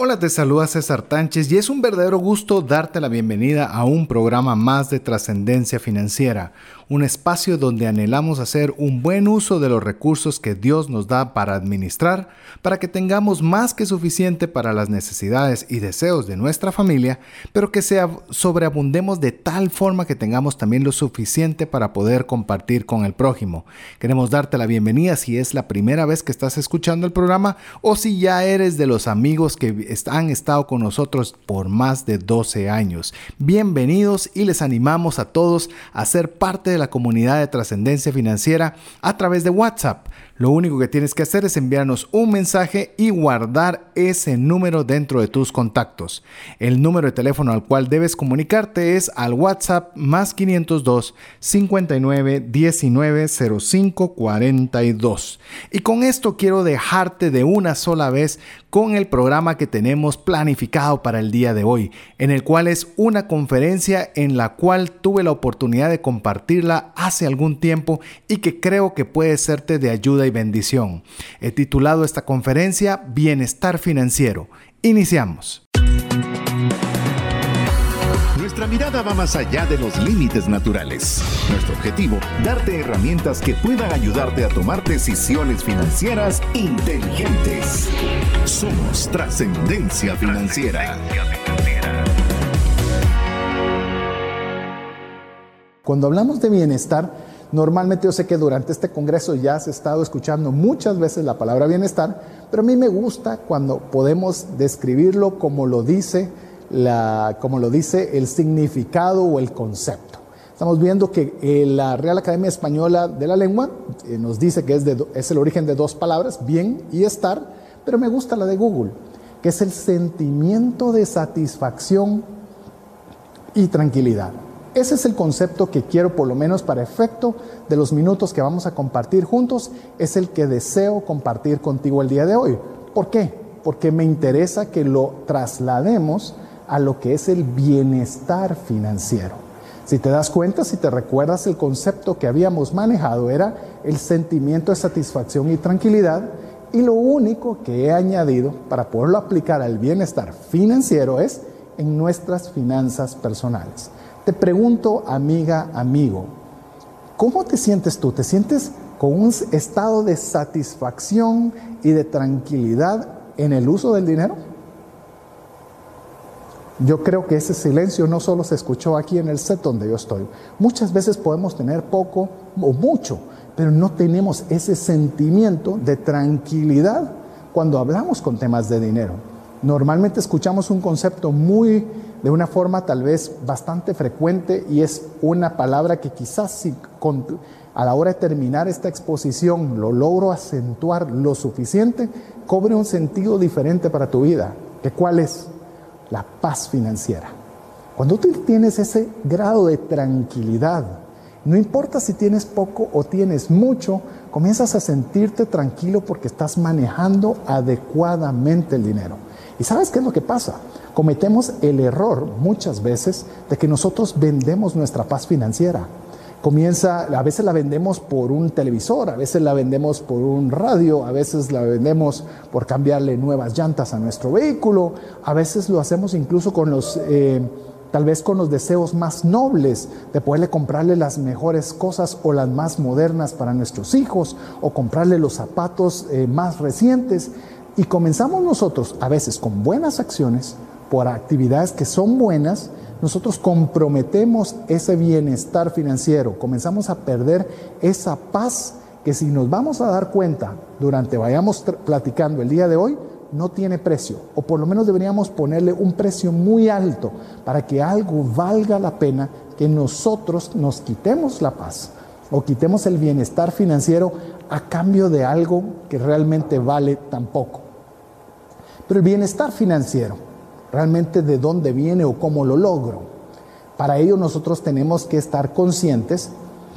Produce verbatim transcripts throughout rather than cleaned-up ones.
Hola, te saluda César Tánchez y es un verdadero gusto darte la bienvenida a un programa más de Trascendencia Financiera, un espacio donde anhelamos hacer un buen uso de los recursos que Dios nos da para administrar, para que tengamos más que suficiente para las necesidades y deseos de nuestra familia, pero que sea sobreabundemos de tal forma que tengamos también lo suficiente para poder compartir con el prójimo. Queremos darte la bienvenida si es la primera vez que estás escuchando el programa o si ya eres de los amigos que han estado con nosotros por más de doce años. Bienvenidos y les animamos a todos a ser parte de la comunidad de Trascendencia Financiera a través de WhatsApp. Lo único que tienes que hacer es enviarnos un mensaje y guardar ese número dentro de tus contactos. El número de teléfono al cual debes comunicarte es al WhatsApp más quinientos dos, cincuenta y nueve, diecinueve, cero cinco, cuarenta y dos. Y con esto quiero dejarte de una sola vez con el programa que tenemos planificado para el día de hoy, en el cual es una conferencia en la cual tuve la oportunidad de compartirla hace algún tiempo y que creo que puede serte de ayuda y bendición. He titulado esta conferencia Bienestar Financiero. Iniciamos. Nuestra mirada va más allá de los límites naturales. Nuestro objetivo, darte herramientas que puedan ayudarte a tomar decisiones financieras inteligentes. Somos Trascendencia Financiera. Cuando hablamos de bienestar, normalmente yo sé que durante este congreso ya has estado escuchando muchas veces la palabra bienestar, pero a mí me gusta cuando podemos describirlo como lo dice La, como lo dice el significado o el concepto. Estamos viendo que eh, la Real Academia Española de la Lengua eh, nos dice que es, de, es el origen de dos palabras, bien y estar, pero me gusta la de Google, que es el sentimiento de satisfacción y tranquilidad. Ese es el concepto que quiero, por lo menos para efecto de los minutos que vamos a compartir juntos, es el que deseo compartir contigo el día de hoy. ¿Por qué? Porque me interesa que lo traslademos a lo que es el bienestar financiero. Si te das cuenta, si te recuerdas, el concepto que habíamos manejado era el sentimiento de satisfacción y tranquilidad, y lo único que he añadido para poderlo aplicar al bienestar financiero es en nuestras finanzas personales. Te pregunto, amiga, amigo, ¿cómo te sientes tú? ¿Te sientes con un estado de satisfacción y de tranquilidad en el uso del dinero? Yo creo que ese silencio no solo se escuchó aquí en el set donde yo estoy. Muchas veces podemos tener poco o mucho, pero no tenemos ese sentimiento de tranquilidad cuando hablamos con temas de dinero. Normalmente escuchamos un concepto muy, de una forma tal vez bastante frecuente, y es una palabra que quizás si con, a la hora de terminar esta exposición lo logro acentuar lo suficiente, cobre un sentido diferente para tu vida. ¿Que cuál es? La paz financiera. Cuando tú tienes ese grado de tranquilidad, no importa si tienes poco o tienes mucho, comienzas a sentirte tranquilo porque estás manejando adecuadamente el dinero. ¿Y sabes qué es lo que pasa? Cometemos el error muchas veces de que nosotros vendemos nuestra paz financiera. Comienza, a veces la vendemos por un televisor, a veces la vendemos por un radio, a veces la vendemos por cambiarle nuevas llantas a nuestro vehículo, a veces lo hacemos incluso con los, eh, tal vez con los deseos más nobles de poderle comprarle las mejores cosas o las más modernas para nuestros hijos, o comprarle los zapatos eh, más recientes, y comenzamos nosotros, a veces con buenas acciones, por actividades que son buenas, nosotros comprometemos ese bienestar financiero, comenzamos a perder esa paz que, si nos vamos a dar cuenta durante vayamos platicando el día de hoy, no tiene precio, o por lo menos deberíamos ponerle un precio muy alto para que algo valga la pena que nosotros nos quitemos la paz o quitemos el bienestar financiero a cambio de algo que realmente vale tan poco. Pero el bienestar financiero, realmente de dónde viene o cómo lo logro. Para ello nosotros tenemos que estar conscientes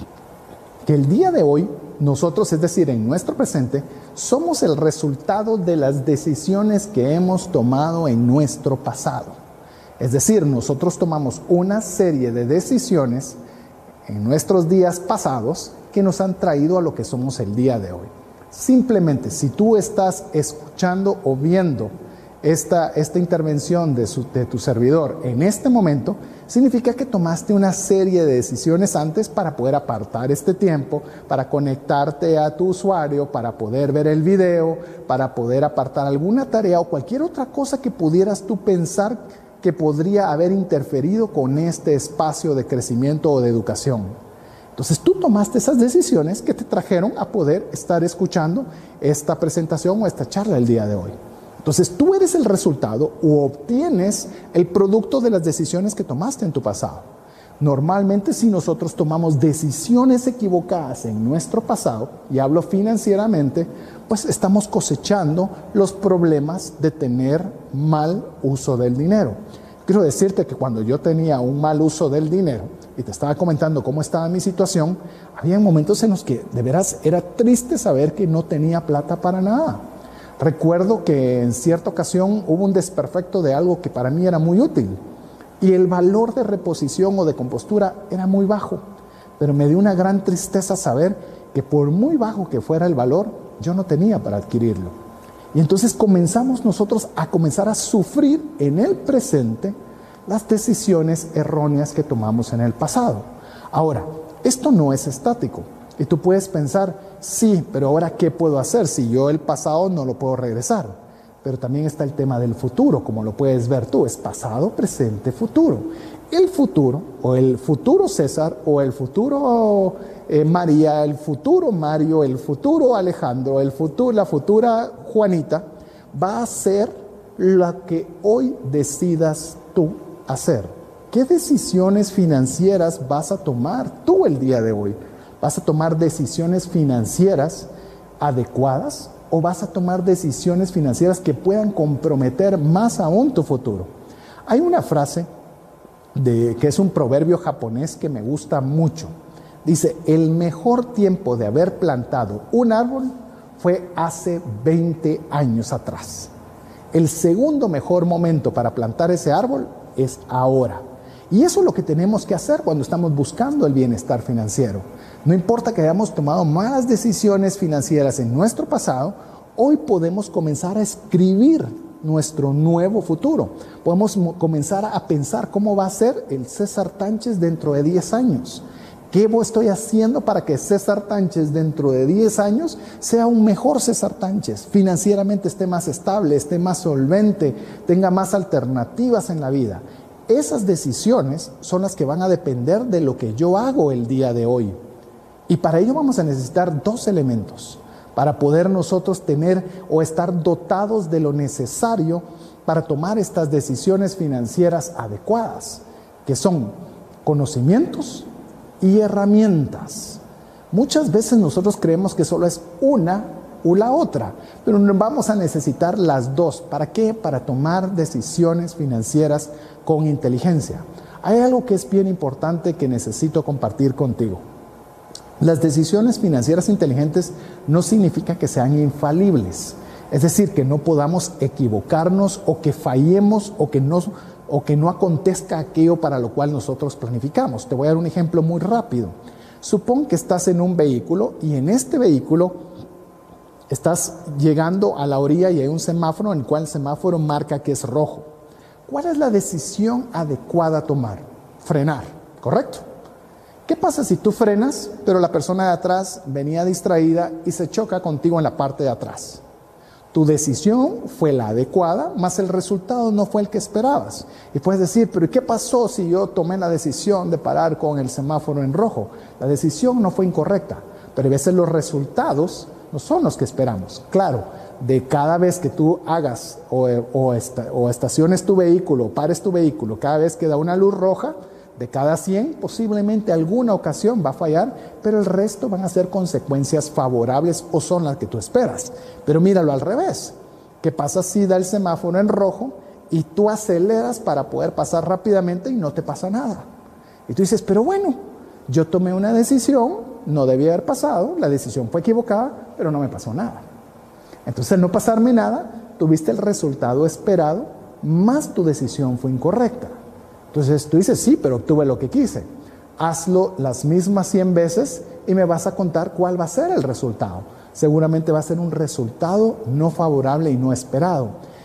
que el día de hoy nosotros, es decir, en nuestro presente, somos el resultado de las decisiones que hemos tomado en nuestro pasado. Es decir, nosotros tomamos una serie de decisiones en nuestros días pasados que nos han traído a lo que somos el día de hoy. Simplemente, si tú estás escuchando o viendo esta, esta intervención de, su, de tu servidor en este momento, significa que tomaste una serie de decisiones antes para poder apartar este tiempo, para conectarte a tu usuario, para poder ver el video, para poder apartar alguna tarea o cualquier otra cosa que pudieras tú pensar que podría haber interferido con este espacio de crecimiento o de educación. Entonces tú tomaste esas decisiones que te trajeron a poder estar escuchando esta presentación o esta charla el día de hoy. Entonces tú eres el resultado o obtienes el producto de las decisiones que tomaste en tu pasado. Normalmente, si nosotros tomamos decisiones equivocadas en nuestro pasado, y hablo financieramente, pues estamos cosechando los problemas de tener mal uso del dinero. Quiero decirte que cuando yo tenía un mal uso del dinero y te estaba comentando cómo estaba mi situación, había momentos en los que de veras era triste saber que no tenía plata para nada. Recuerdo que en cierta ocasión hubo un desperfecto de algo que para mí era muy útil y el valor de reposición o de compostura era muy bajo, pero me dio una gran tristeza saber que por muy bajo que fuera el valor, yo no tenía para adquirirlo. Y entonces comenzamos nosotros a comenzar a sufrir en el presente las decisiones erróneas que tomamos en el pasado. Ahora, esto no es estático. Y tú puedes pensar, sí, pero ahora ¿qué puedo hacer si yo el pasado no lo puedo regresar? Pero también está el tema del futuro, como lo puedes ver tú, es pasado, presente, futuro. El futuro, o el futuro César, o el futuro eh, María, el futuro Mario, el futuro Alejandro, el futuro, la futura Juanita, va a ser lo que hoy decidas tú hacer. ¿Qué decisiones financieras vas a tomar tú el día de hoy? ¿Vas a tomar decisiones financieras adecuadas o vas a tomar decisiones financieras que puedan comprometer más aún tu futuro? Hay una frase de, que es un proverbio japonés que me gusta mucho. Dice, el mejor tiempo de haber plantado un árbol fue hace veinte años atrás. El segundo mejor momento para plantar ese árbol es ahora. Y eso es lo que tenemos que hacer cuando estamos buscando el bienestar financiero. No importa que hayamos tomado malas decisiones financieras en nuestro pasado, hoy podemos comenzar a escribir nuestro nuevo futuro. Podemos comenzar a pensar cómo va a ser el César Tánchez dentro de diez años. ¿Qué estoy haciendo para que César Tánchez dentro de diez años sea un mejor César Tánchez? Financieramente esté más estable, esté más solvente, tenga más alternativas en la vida. Esas decisiones son las que van a depender de lo que yo hago el día de hoy. Y para ello vamos a necesitar dos elementos para poder nosotros tener o estar dotados de lo necesario para tomar estas decisiones financieras adecuadas, que son conocimientos y herramientas. Muchas veces nosotros creemos que solo es una o la otra, pero vamos a necesitar las dos. ¿Para qué? Para tomar decisiones financieras con inteligencia. Hay algo que es bien importante que necesito compartir contigo. Las decisiones financieras inteligentes no significa que sean infalibles, es decir, que no podamos equivocarnos o que fallemos o que no, o que no acontezca aquello para lo cual nosotros planificamos. Te voy a dar un ejemplo muy rápido. Supón que estás en un vehículo y en este vehículo estás llegando a la orilla y hay un semáforo en el cual el semáforo marca que es rojo. ¿Cuál es la decisión adecuada a tomar? Frenar, ¿correcto? ¿Qué pasa si tú frenas, pero la persona de atrás venía distraída y se choca contigo en la parte de atrás? Tu decisión fue la adecuada, más el resultado no fue el que esperabas. Y puedes decir, pero ¿qué pasó si yo tomé la decisión de parar con el semáforo en rojo? La decisión no fue incorrecta, pero a veces los resultados no son los que esperamos. Claro, de cada vez que tú hagas o, o, esta, o estaciones tu vehículo, o pares tu vehículo, cada vez que da una luz roja, de cada cien, posiblemente alguna ocasión va a fallar, pero el resto van a ser consecuencias favorables o son las que tú esperas. Pero míralo al revés. ¿Qué pasa si da el semáforo en rojo y tú aceleras para poder pasar rápidamente y no te pasa nada? Y tú dices, pero bueno, yo tomé una decisión, no debía haber pasado, la decisión fue equivocada, pero no me pasó nada. Entonces, al no pasarme nada, tuviste el resultado esperado, más tu decisión fue incorrecta. Entonces tú dices, sí, pero obtuve lo que quise. Hazlo las mismas cien veces y me vas a contar cuál va a ser el resultado. Seguramente va a ser un resultado no favorable y no esperado.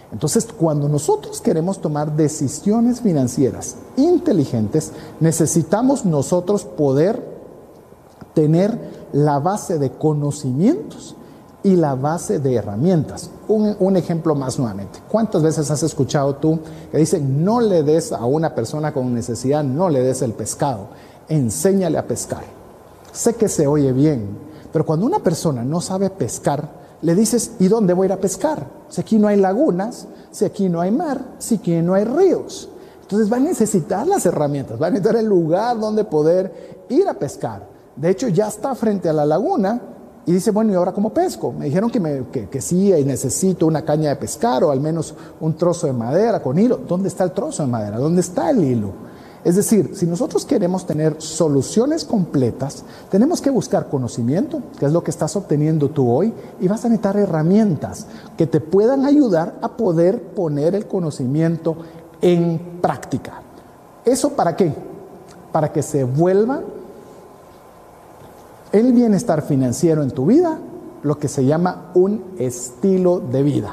Entonces, cuando nosotros queremos tomar decisiones financieras inteligentes, necesitamos nosotros poder tener la base de conocimientos y la base de herramientas. Un, un ejemplo más nuevamente. ¿Cuántas veces has escuchado tú que dicen no le des a una persona con necesidad, no le des el pescado, enséñale a pescar? Sé que se oye bien, pero cuando una persona no sabe pescar, le dices, ¿y dónde voy a ir a pescar? Si aquí no hay lagunas, si aquí no hay mar, si aquí no hay ríos. Entonces va a necesitar las herramientas, va a necesitar el lugar donde poder ir a pescar. De hecho, ya está frente a la laguna y dice, bueno, ¿y ahora cómo pesco? Me dijeron que, me, que, que sí, necesito una caña de pescar o al menos un trozo de madera con hilo. ¿Dónde está el trozo de madera? ¿Dónde está el hilo? Es decir, si nosotros queremos tener soluciones completas, tenemos que buscar conocimiento, que es lo que estás obteniendo tú hoy, y vas a necesitar herramientas que te puedan ayudar a poder poner el conocimiento en práctica. ¿Eso para qué? Para que se vuelva el bienestar financiero en tu vida lo que se llama un estilo de vida.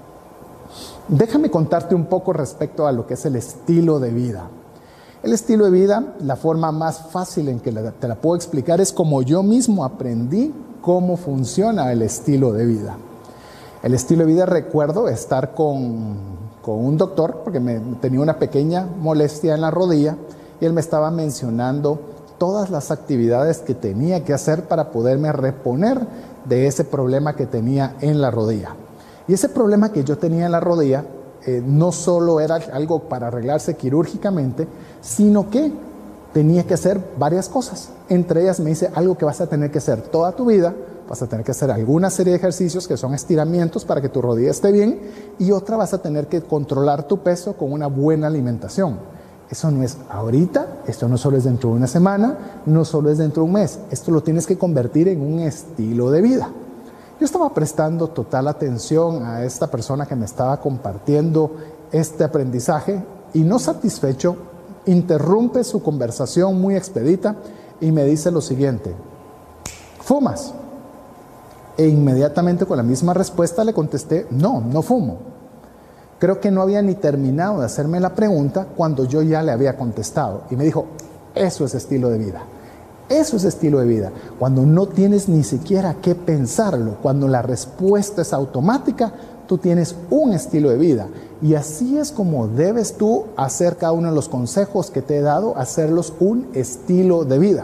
Déjame contarte un poco respecto a lo que es el estilo de vida. El estilo de vida, la forma más fácil en que te la puedo explicar es como yo mismo aprendí cómo funciona el estilo de vida. El estilo de vida, recuerdo estar con, con un doctor porque me, tenía una pequeña molestia en la rodilla y él me estaba mencionando todas las actividades que tenía que hacer para poderme reponer de ese problema que tenía en la rodilla. Y ese problema que yo tenía en la rodilla Eh, no solo era algo para arreglarse quirúrgicamente, sino que tenía que hacer varias cosas. Entre ellas me dice algo que vas a tener que hacer toda tu vida, vas a tener que hacer alguna serie de ejercicios que son estiramientos para que tu rodilla esté bien y otra vas a tener que controlar tu peso con una buena alimentación. Eso no es ahorita, esto no solo es dentro de una semana, no solo es dentro de un mes, esto lo tienes que convertir en un estilo de vida. Yo estaba prestando total atención a esta persona que me estaba compartiendo este aprendizaje y no satisfecho, interrumpe su conversación muy expedita y me dice lo siguiente: ¿fumas? E inmediatamente con la misma respuesta le contesté, no, no fumo. Creo que no había ni terminado de hacerme la pregunta cuando yo ya le había contestado y me dijo, eso es estilo de vida. Eso es estilo de vida, cuando no tienes ni siquiera que pensarlo, cuando la respuesta es automática, tú tienes un estilo de vida. Y así es como debes tú hacer cada uno de los consejos que te he dado, hacerlos un estilo de vida.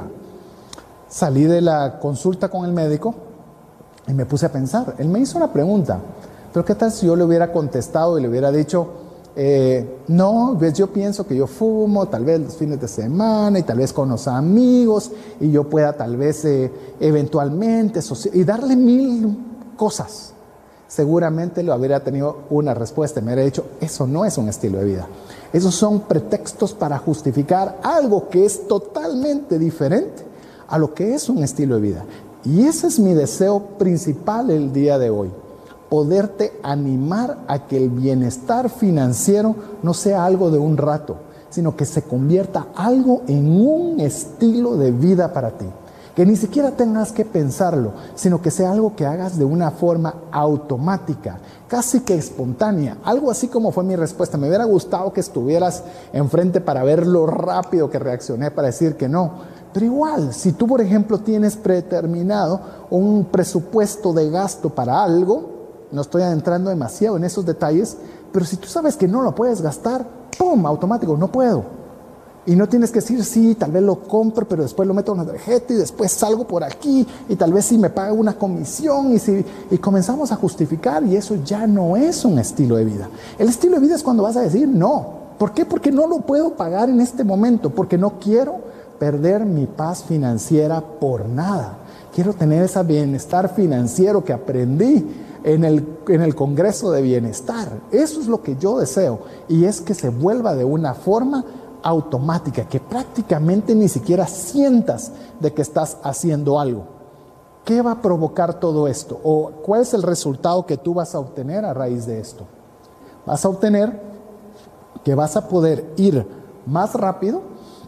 Salí de la consulta con el médico y me puse a pensar. Él me hizo una pregunta, pero ¿qué tal si yo le hubiera contestado y le hubiera dicho, Eh, no, pues yo pienso que yo fumo tal vez los fines de semana y tal vez con los amigos y yo pueda tal vez eh, eventualmente y darle mil cosas? Seguramente lo habría tenido una respuesta y me habría dicho, eso no es un estilo de vida. Esos son pretextos para justificar algo que es totalmente diferente a lo que es un estilo de vida. Y ese es mi deseo principal el día de hoy. Poderte animar a que el bienestar financiero no sea algo de un rato, sino que se convierta algo en un estilo de vida para ti. Que ni siquiera tengas que pensarlo, sino que sea algo que hagas de una forma automática, casi que espontánea. Algo así como fue mi respuesta. Me hubiera gustado que estuvieras enfrente para ver lo rápido que reaccioné para decir que no. Pero igual, si tú, por ejemplo, tienes predeterminado un presupuesto de gasto para algo, no estoy adentrando demasiado en esos detalles, pero si tú sabes que no lo puedes gastar, ¡pum!, automático, no puedo. Y no tienes que decir, sí, tal vez lo compro, pero después lo meto en una tarjeta y después salgo por aquí y tal vez sí me paga una comisión y, si, y comenzamos a justificar y eso ya no es un estilo de vida. El estilo de vida es cuando vas a decir no. ¿Por qué? Porque no lo puedo pagar en este momento, porque no quiero perder mi paz financiera por nada. Quiero tener ese bienestar financiero que aprendí En el, en el Congreso de Bienestar. Eso es lo que yo deseo y es que se vuelva de una forma automática, que prácticamente ni siquiera sientas de que estás haciendo algo. ¿Qué va a provocar todo esto? ¿O cuál es el resultado que tú vas a obtener a raíz de esto? Vas a obtener que vas a poder ir más rápido.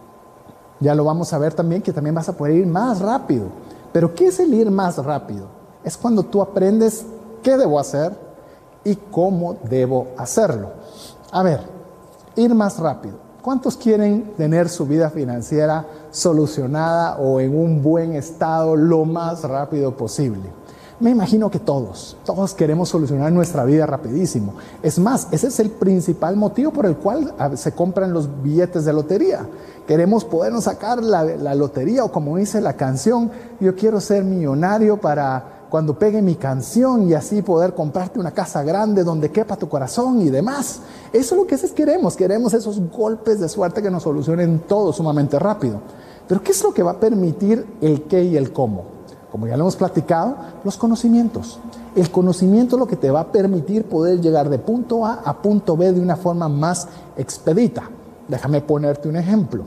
Ya lo vamos a ver también, que también vas a poder ir más rápido. Pero ¿qué es el ir más rápido? Es cuando tú aprendes qué debo hacer y cómo debo hacerlo. A ver, ir más rápido. ¿Cuántos quieren tener su vida financiera solucionada o en un buen estado lo más rápido posible? Me imagino que todos, todos queremos solucionar nuestra vida rapidísimo. Es más, ese es el principal motivo por el cual se compran los billetes de lotería. Queremos podernos sacar la, la lotería, o como dice la canción, yo quiero ser millonario para cuando pegue mi canción y así poder comprarte una casa grande donde quepa tu corazón y demás. Eso es lo que es, queremos, queremos esos golpes de suerte que nos solucionen todo sumamente rápido. Pero ¿qué es lo que va a permitir el qué y el cómo? Como ya lo hemos platicado, los conocimientos. El conocimiento es lo que te va a permitir poder llegar de punto A a punto B de una forma más expedita. Déjame ponerte un ejemplo.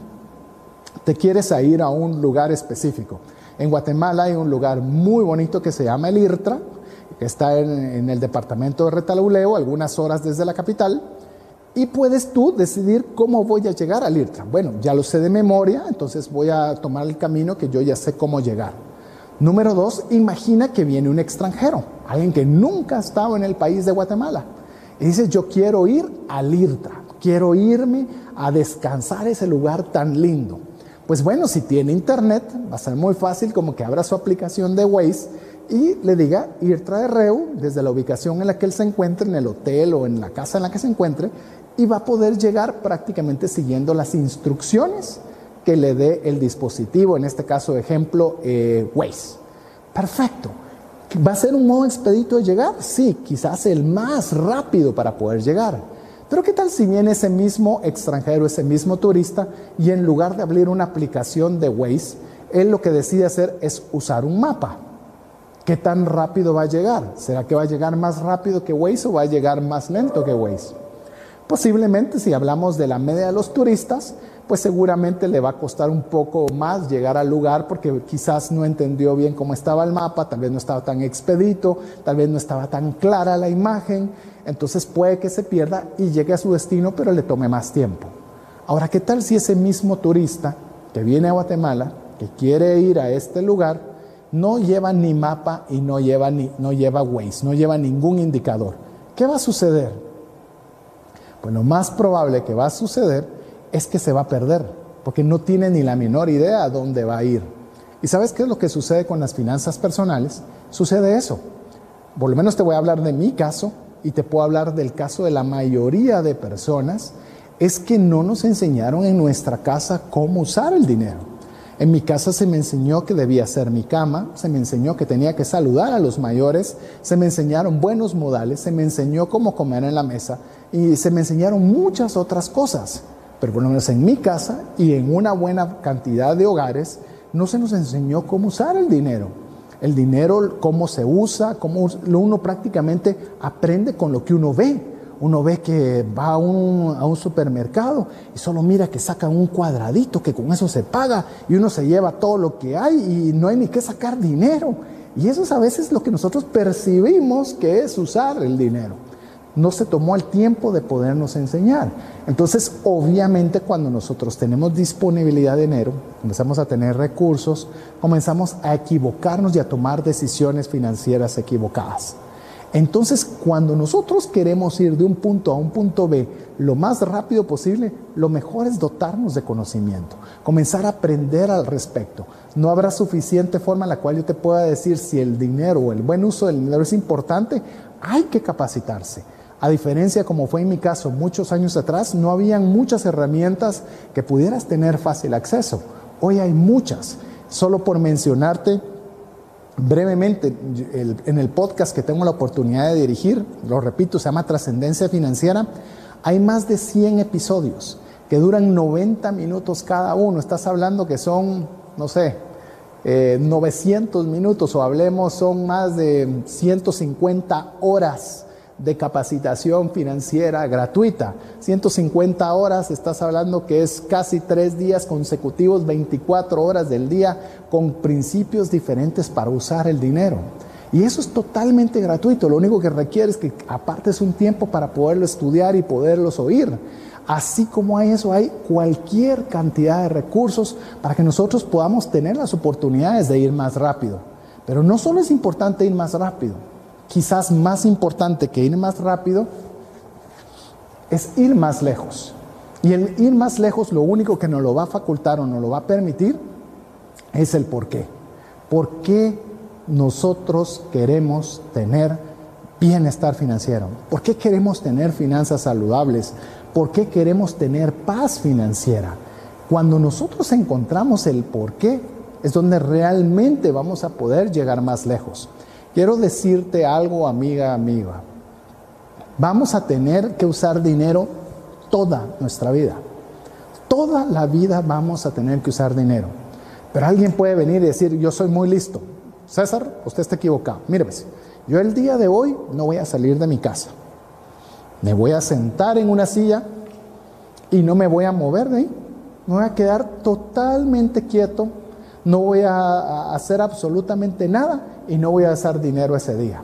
Te quieres ir a un lugar específico. En Guatemala hay un lugar muy bonito que se llama el IRTRA, que está en, en el departamento de Retaluleu, algunas horas desde la capital, y puedes tú decidir cómo voy a llegar al IRTRA. Bueno, ya lo sé de memoria, entonces voy a tomar el camino que yo ya sé cómo llegar. Número dos, imagina que viene un extranjero, alguien que nunca ha estado en el país de Guatemala, y dice, yo quiero ir al IRTRA, quiero irme a descansar a ese lugar tan lindo. Pues bueno, si tiene internet, va a ser muy fácil como que abra su aplicación de Waze y le diga IRTRA de Reu desde la ubicación en la que él se encuentre, en el hotel o en la casa en la que se encuentre, y va a poder llegar prácticamente siguiendo las instrucciones que le dé el dispositivo, en este caso, ejemplo, eh, Waze. Perfecto. ¿Va a ser un modo expedito de llegar? Sí, quizás el más rápido para poder llegar. Pero ¿qué tal si viene ese mismo extranjero, ese mismo turista, y en lugar de abrir una aplicación de Waze, él lo que decide hacer es usar un mapa? ¿Qué tan rápido va a llegar? ¿Será que va a llegar más rápido que Waze o va a llegar más lento que Waze? Posiblemente, si hablamos de la media de los turistas, pues seguramente le va a costar un poco más llegar al lugar porque quizás no entendió bien cómo estaba el mapa, tal vez no estaba tan expedito, tal vez no estaba tan clara la imagen, entonces puede que se pierda y llegue a su destino, pero le tome más tiempo. Ahora, ¿qué tal si ese mismo turista que viene a Guatemala, que quiere ir a este lugar, no lleva ni mapa y no lleva, ni, no lleva Waze, no lleva ningún indicador? ¿Qué va a suceder? Pues lo más probable que va a suceder es que se va a perder, porque no tiene ni la menor idea a dónde va a ir. ¿Y sabes qué es lo que sucede con las finanzas personales? Sucede eso. Por lo menos te voy a hablar de mi caso y te puedo hablar del caso de la mayoría de personas, es que no nos enseñaron en nuestra casa cómo usar el dinero. En mi casa se me enseñó que debía hacer mi cama, se me enseñó que tenía que saludar a los mayores, se me enseñaron buenos modales, se me enseñó cómo comer en la mesa y se me enseñaron muchas otras cosas. Pero por lo menos en mi casa y en una buena cantidad de hogares no se nos enseñó cómo usar el dinero. El dinero, cómo se usa, cómo uno prácticamente aprende con lo que uno ve. Uno ve que va a un, a un supermercado y solo mira que sacan un cuadradito, que con eso se paga y uno se lleva todo lo que hay y no hay ni que sacar dinero. Y eso es a veces lo que nosotros percibimos que es usar el dinero. No se tomó el tiempo de podernos enseñar. Entonces, obviamente, cuando nosotros tenemos disponibilidad de dinero, comenzamos a tener recursos, comenzamos a equivocarnos y a tomar decisiones financieras equivocadas. Entonces, cuando nosotros queremos ir de un punto a un punto B lo más rápido posible, lo mejor es dotarnos de conocimiento, comenzar a aprender al respecto. No habrá suficiente forma en la cual yo te pueda decir si el dinero o el buen uso del dinero es importante. Hay que capacitarse. A diferencia, como fue en mi caso muchos años atrás, no habían muchas herramientas que pudieras tener fácil acceso. Hoy hay muchas. Solo por mencionarte brevemente, el, en el podcast que tengo la oportunidad de dirigir, lo repito, se llama Trascendencia Financiera, hay más de cien episodios que duran noventa minutos cada uno. Estás hablando que son, no sé, eh, novecientos minutos, o hablemos, son más de ciento cincuenta horas de capacitación financiera gratuita. ciento cincuenta horas, estás hablando que es casi tres días consecutivos, veinticuatro horas del día, con principios diferentes para usar el dinero. Y eso es totalmente gratuito. Lo único que requiere es que apartes un tiempo para poderlo estudiar y poderlos oír. Así como hay eso, hay cualquier cantidad de recursos para que nosotros podamos tener las oportunidades de ir más rápido. Pero no solo es importante ir más rápido, quizás más importante que ir más rápido es ir más lejos. Y el ir más lejos lo único que nos lo va a facultar o nos lo va a permitir es el por qué. ¿Por qué nosotros queremos tener bienestar financiero? ¿Por qué queremos tener finanzas saludables? ¿Por qué queremos tener paz financiera? Cuando nosotros encontramos el por qué, es donde realmente vamos a poder llegar más lejos. Quiero decirte algo, amiga, amiga. Vamos a tener que usar dinero toda nuestra vida. Toda la vida vamos a tener que usar dinero. Pero alguien puede venir y decir, yo soy muy listo. César, usted está equivocado. Mire, pues, yo el día de hoy no voy a salir de mi casa. Me voy a sentar en una silla y no me voy a mover de ahí. Me voy a quedar totalmente quieto. No voy a hacer absolutamente nada y no voy a usar dinero ese día.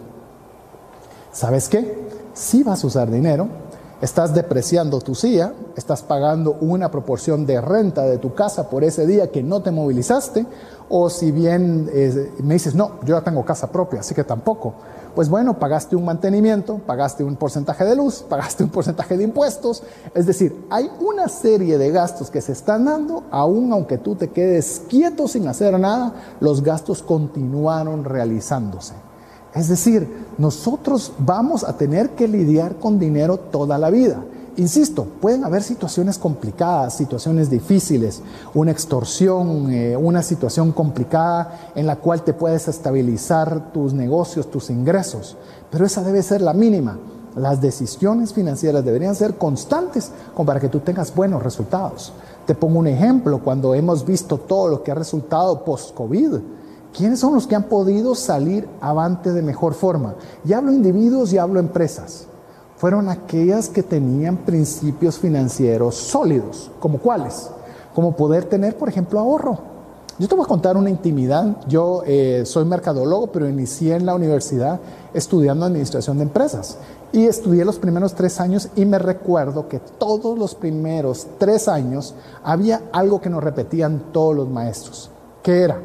¿Sabes qué? Si vas a usar dinero, estás depreciando tu silla, estás pagando una proporción de renta de tu casa por ese día que no te movilizaste, o si bien eh, me dices, no, yo ya tengo casa propia, así que tampoco. Pues bueno, pagaste un mantenimiento, pagaste un porcentaje de luz, pagaste un porcentaje de impuestos. Es decir, hay una serie de gastos que se están dando, aún aunque tú te quedes quieto sin hacer nada, los gastos continuaron realizándose. Es decir, nosotros vamos a tener que lidiar con dinero toda la vida. Insisto, pueden haber situaciones complicadas, situaciones difíciles, una extorsión, eh, una situación complicada en la cual te puedes estabilizar tus negocios, tus ingresos, pero esa debe ser la mínima. Las decisiones financieras deberían ser constantes como para que tú tengas buenos resultados. Te pongo un ejemplo, cuando hemos visto todo lo que ha resultado post-COVID, ¿quiénes son los que han podido salir avante de mejor forma? Y hablo individuos y hablo empresas. Fueron aquellas que tenían principios financieros sólidos. ¿Como cuáles? Como poder tener, por ejemplo, ahorro. Yo te voy a contar una intimidad. Yo eh, soy mercadólogo, pero inicié en la universidad estudiando administración de empresas. Y estudié los primeros tres años y me recuerdo que todos los primeros tres años había algo que nos repetían todos los maestros. ¿Qué era?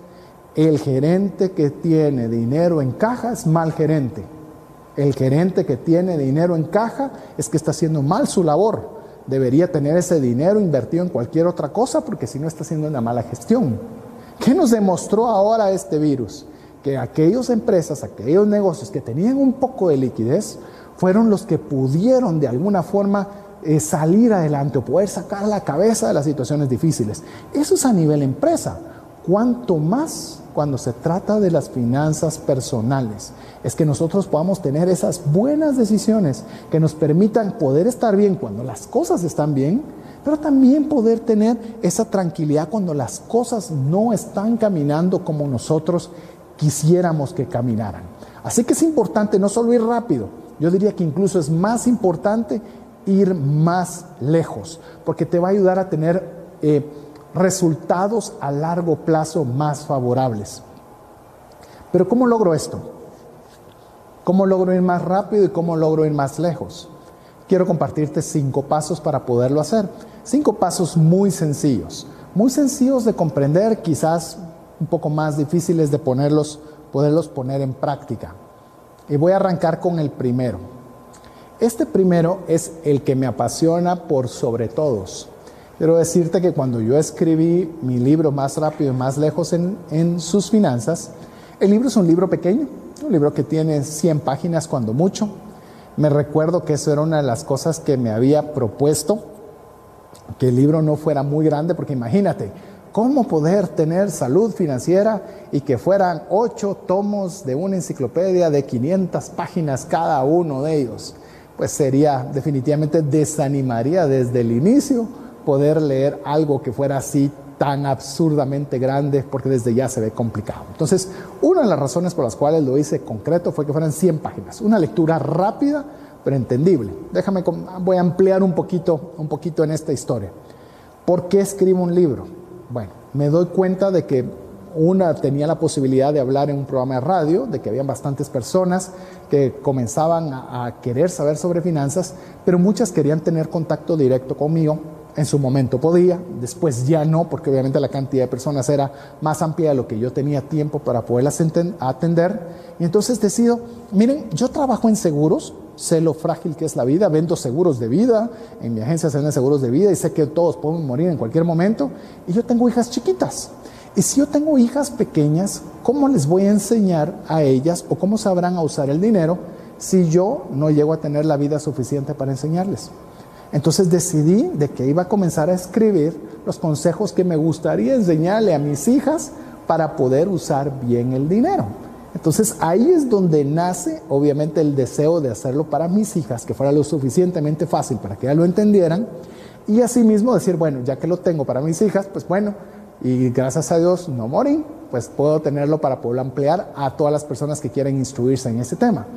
El gerente que tiene dinero en caja es mal gerente. El gerente que tiene dinero en caja es que está haciendo mal su labor. Debería tener ese dinero invertido en cualquier otra cosa porque si no está haciendo una mala gestión. ¿Qué nos demostró ahora este virus? Que aquellas empresas, aquellos negocios que tenían un poco de liquidez fueron los que pudieron de alguna forma eh, salir adelante o poder sacar la cabeza de las situaciones difíciles. Eso es a nivel empresa. Cuanto más cuando se trata de las finanzas personales, es que nosotros podamos tener esas buenas decisiones que nos permitan poder estar bien cuando las cosas están bien, pero también poder tener esa tranquilidad cuando las cosas no están caminando como nosotros quisiéramos que caminaran. Así que es importante no solo ir rápido, yo diría que incluso es más importante ir más lejos, porque te va a ayudar a tener eh, resultados a largo plazo más favorables. Pero ¿cómo logro esto? ¿Cómo logro ir más rápido y cómo logro ir más lejos? Quiero compartirte cinco pasos para poderlo hacer. Cinco pasos muy sencillos, muy sencillos de comprender, quizás un poco más difíciles de ponerlos, poderlos poner en práctica. Y voy a arrancar con el primero. Este primero es el que me apasiona por sobre todos. Quiero decirte que cuando yo escribí mi libro Más rápido y más lejos en, en sus finanzas, el libro es un libro pequeño, un libro que tiene cien páginas cuando mucho. Me recuerdo que eso era una de las cosas que me había propuesto, que el libro no fuera muy grande, porque imagínate, ¿cómo poder tener salud financiera y que fueran ocho tomos de una enciclopedia de quinientas páginas cada uno de ellos? Pues sería, definitivamente desanimaría desde el inicio poder leer algo que fuera así tan absurdamente grande, porque desde ya se ve complicado. Entonces, una de las razones por las cuales lo hice concreto fue que fueran cien páginas, una lectura rápida pero entendible. Déjame, voy a ampliar un poquito, un poquito en esta historia. ¿Por qué escribo un libro? Bueno, me doy cuenta de que una tenía la posibilidad de hablar en un programa de radio, de que habían bastantes personas que comenzaban a, a querer saber sobre finanzas, pero muchas querían tener contacto directo conmigo En su momento podía, después ya no, porque obviamente la cantidad de personas era más amplia de lo que yo tenía tiempo para poderlas atender. Y entonces decido, miren, yo trabajo en seguros, sé lo frágil que es la vida, vendo seguros de vida, en mi agencia se venden seguros de vida y sé que todos podemos morir en cualquier momento. Y yo tengo hijas chiquitas. Y si yo tengo hijas pequeñas, ¿cómo les voy a enseñar a ellas o cómo sabrán a usar el dinero si yo no llego a tener la vida suficiente para enseñarles? Entonces decidí de que iba a comenzar a escribir los consejos que me gustaría enseñarle a mis hijas para poder usar bien el dinero. Entonces ahí es donde nace obviamente el deseo de hacerlo para mis hijas, que fuera lo suficientemente fácil para que ellas lo entendieran, y asimismo decir, bueno, ya que lo tengo para mis hijas, pues bueno, y gracias a Dios no morí, pues puedo tenerlo para poderlo ampliar a todas las personas que quieran instruirse en ese tema.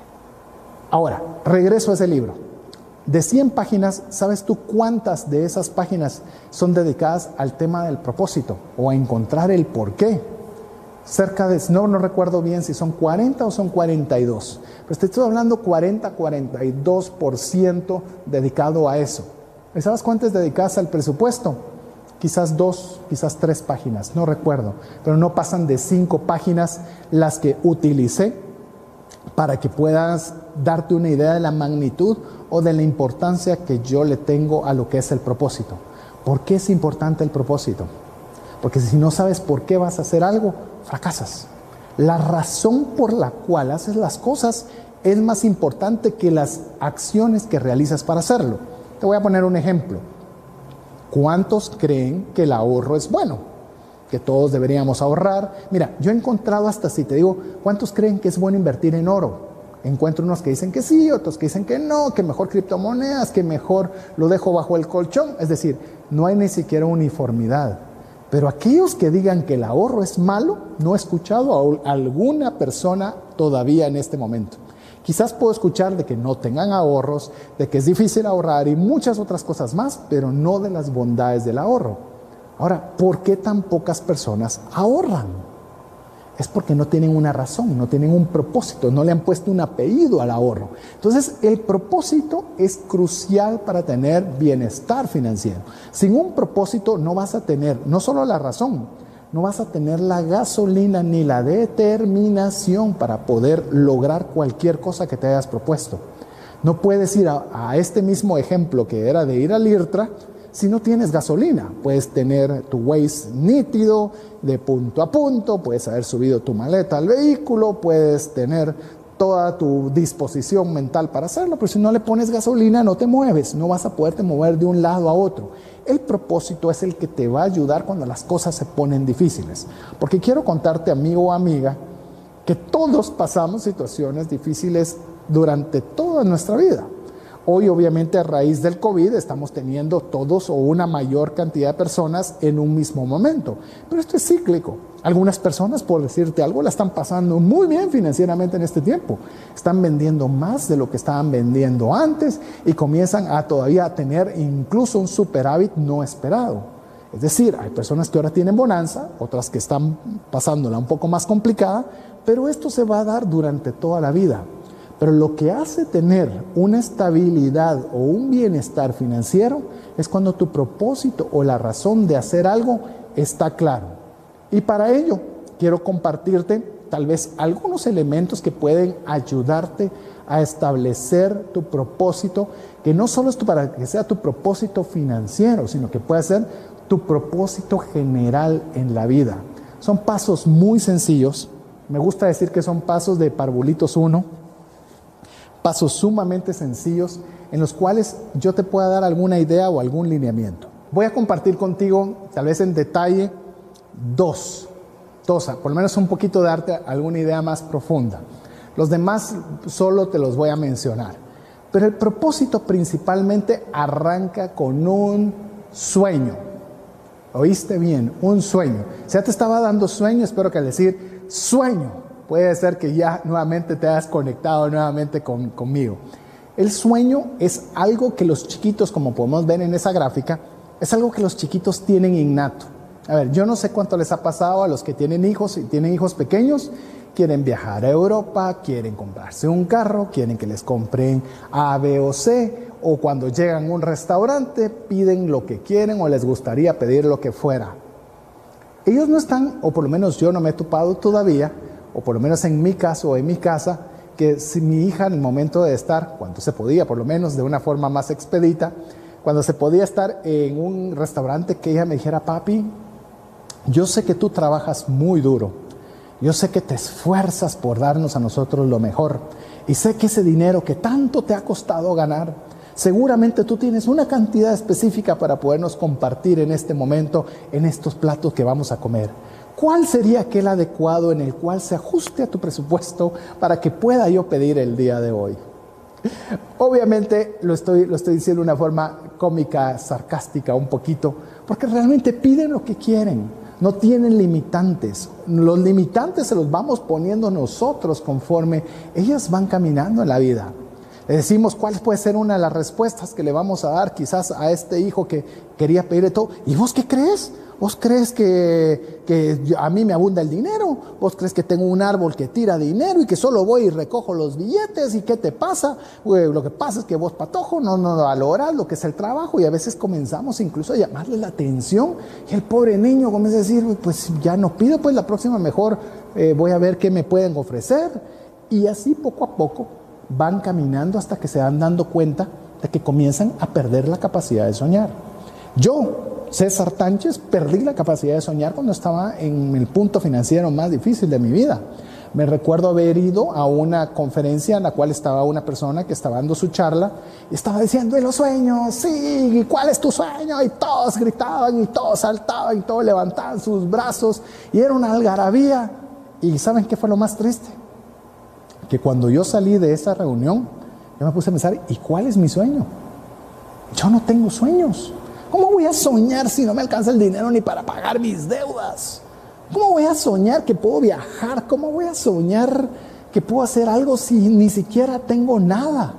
Ahora, regreso a ese libro. De cien páginas, ¿sabes tú cuántas de esas páginas son dedicadas al tema del propósito o a encontrar el porqué? Cerca de, no, no recuerdo bien si son cuarenta o son cuarenta y dos, pero te estoy hablando cuarenta a cuarenta y dos por ciento dedicado a eso. ¿Y sabes cuántas dedicadas al presupuesto? Quizás dos, quizás tres páginas, no recuerdo, pero no pasan de cinco páginas las que utilicé para que puedas darte una idea de la magnitud o de la importancia que yo le tengo a lo que es el propósito. ¿Por qué es importante el propósito? Porque si no sabes por qué vas a hacer algo, fracasas. La razón por la cual haces las cosas es más importante que las acciones que realizas para hacerlo. Te voy a poner un ejemplo. ¿Cuántos creen que el ahorro es bueno? Que todos deberíamos ahorrar. Mira, yo he encontrado hasta, si te digo, ¿cuántos creen que es bueno invertir en oro? Encuentro unos que dicen que sí, otros que dicen que no, que mejor criptomonedas, que mejor lo dejo bajo el colchón. Es decir, no hay ni siquiera uniformidad. Pero aquellos que digan que el ahorro es malo, no he escuchado a alguna persona todavía en este momento. Quizás puedo escuchar de que no tengan ahorros, de que es difícil ahorrar y muchas otras cosas más, pero no de las bondades del ahorro. Ahora, ¿por qué tan pocas personas ahorran? Es porque no tienen una razón, no tienen un propósito, no le han puesto un apellido al ahorro. Entonces, el propósito es crucial para tener bienestar financiero. Sin un propósito no vas a tener, no solo la razón, no vas a tener la gasolina ni la determinación para poder lograr cualquier cosa que te hayas propuesto. No puedes ir a, a este mismo ejemplo que era de ir al IRTRA si no tienes gasolina. Puedes tener tu Waze nítido, de punto a punto, puedes haber subido tu maleta al vehículo, puedes tener toda tu disposición mental para hacerlo, pero si no le pones gasolina no te mueves, no vas a poderte mover de un lado a otro. El propósito es el que te va a ayudar cuando las cosas se ponen difíciles. Porque quiero contarte, amigo o amiga, que todos pasamos situaciones difíciles durante toda nuestra vida. Hoy, obviamente, a raíz del COVID, estamos teniendo todos o una mayor cantidad de personas en un mismo momento. Pero esto es cíclico. Algunas personas, por decirte algo, la están pasando muy bien financieramente en este tiempo. Están vendiendo más de lo que estaban vendiendo antes y comienzan a todavía a tener incluso un superávit no esperado. Es decir, hay personas que ahora tienen bonanza, otras que están pasándola un poco más complicada, pero esto se va a dar durante toda la vida. Pero lo que hace tener una estabilidad o un bienestar financiero es cuando tu propósito o la razón de hacer algo está claro. Y para ello quiero compartirte tal vez algunos elementos que pueden ayudarte a establecer tu propósito, que no solo es tu, para que sea tu propósito financiero, sino que puede ser tu propósito general en la vida. Son pasos muy sencillos. Me gusta decir que son pasos de parvulitos uno. Pasos sumamente sencillos en los cuales yo te pueda dar alguna idea o algún lineamiento. Voy a compartir contigo, tal vez en detalle, dos, dos, por lo menos un poquito darte alguna idea más profunda. Los demás solo te los voy a mencionar. Pero el propósito principalmente arranca con un sueño. ¿Oíste bien? Un sueño. Si ya te estaba dando sueño, espero que al decir sueño, puede ser que ya nuevamente te hayas conectado nuevamente con, conmigo. El sueño es algo que los chiquitos, como podemos ver en esa gráfica, es algo que los chiquitos tienen innato. A ver, yo no sé cuánto les ha pasado a los que tienen hijos y tienen hijos pequeños, Quieren viajar a Europa, quieren comprarse un carro, quieren que les compren A, B o C, o cuando llegan a un restaurante piden lo que quieren o les gustaría pedir lo que fuera. Ellos no están, o por lo menos yo no me he topado todavía, o por lo menos en mi caso o en mi casa, que si mi hija en el momento de estar, cuando se podía por lo menos de una forma más expedita, cuando se podía estar en un restaurante, que ella me dijera: papi, yo sé que tú trabajas muy duro, yo sé que te esfuerzas por darnos a nosotros lo mejor, y sé que ese dinero que tanto te ha costado ganar, seguramente tú tienes una cantidad específica para podernos compartir en este momento, en estos platos que vamos a comer. ¿Cuál sería aquel adecuado en el cual se ajuste a tu presupuesto para que pueda yo pedir el día de hoy? Obviamente lo estoy, lo estoy diciendo de una forma cómica, sarcástica un poquito, porque realmente piden lo que quieren. No tienen limitantes. Los limitantes se los vamos poniendo nosotros conforme ellas van caminando en la vida. Le decimos cuál puede ser una de las respuestas que le vamos a dar quizás a este hijo que quería pedirle todo. ¿Y vos qué crees? ¿Vos crees que, que a mí me abunda el dinero? ¿Vos crees que tengo un árbol que tira dinero y que solo voy y recojo los billetes? ¿Y qué te pasa? Pues lo que pasa es que vos, patojo, no, no valoras lo que es el trabajo, y a veces comenzamos incluso a llamarle la atención, y el pobre niño comienza a decir: pues ya no pido, pues la próxima mejor eh, voy a ver qué me pueden ofrecer. Y así poco a poco van caminando hasta que se van dando cuenta de que comienzan a perder la capacidad de soñar. Yo, César Tánchez, perdí la capacidad de soñar cuando estaba en el punto financiero más difícil de mi vida. Me recuerdo haber ido a una conferencia en la cual estaba una persona que estaba dando su charla y estaba diciendo: ¿y los sueños? Sí, ¿y cuál es tu sueño? Y todos gritaban y todos saltaban y todos levantaban sus brazos y era una algarabía. ¿Y saben qué fue lo más triste? Que cuando yo salí de esa reunión, yo me puse a pensar: ¿y cuál es mi sueño? Yo no tengo sueños. ¿Cómo voy a soñar si no me alcanza el dinero ni para pagar mis deudas? ¿Cómo voy a soñar que puedo viajar? ¿Cómo voy a soñar que puedo hacer algo si ni siquiera tengo nada?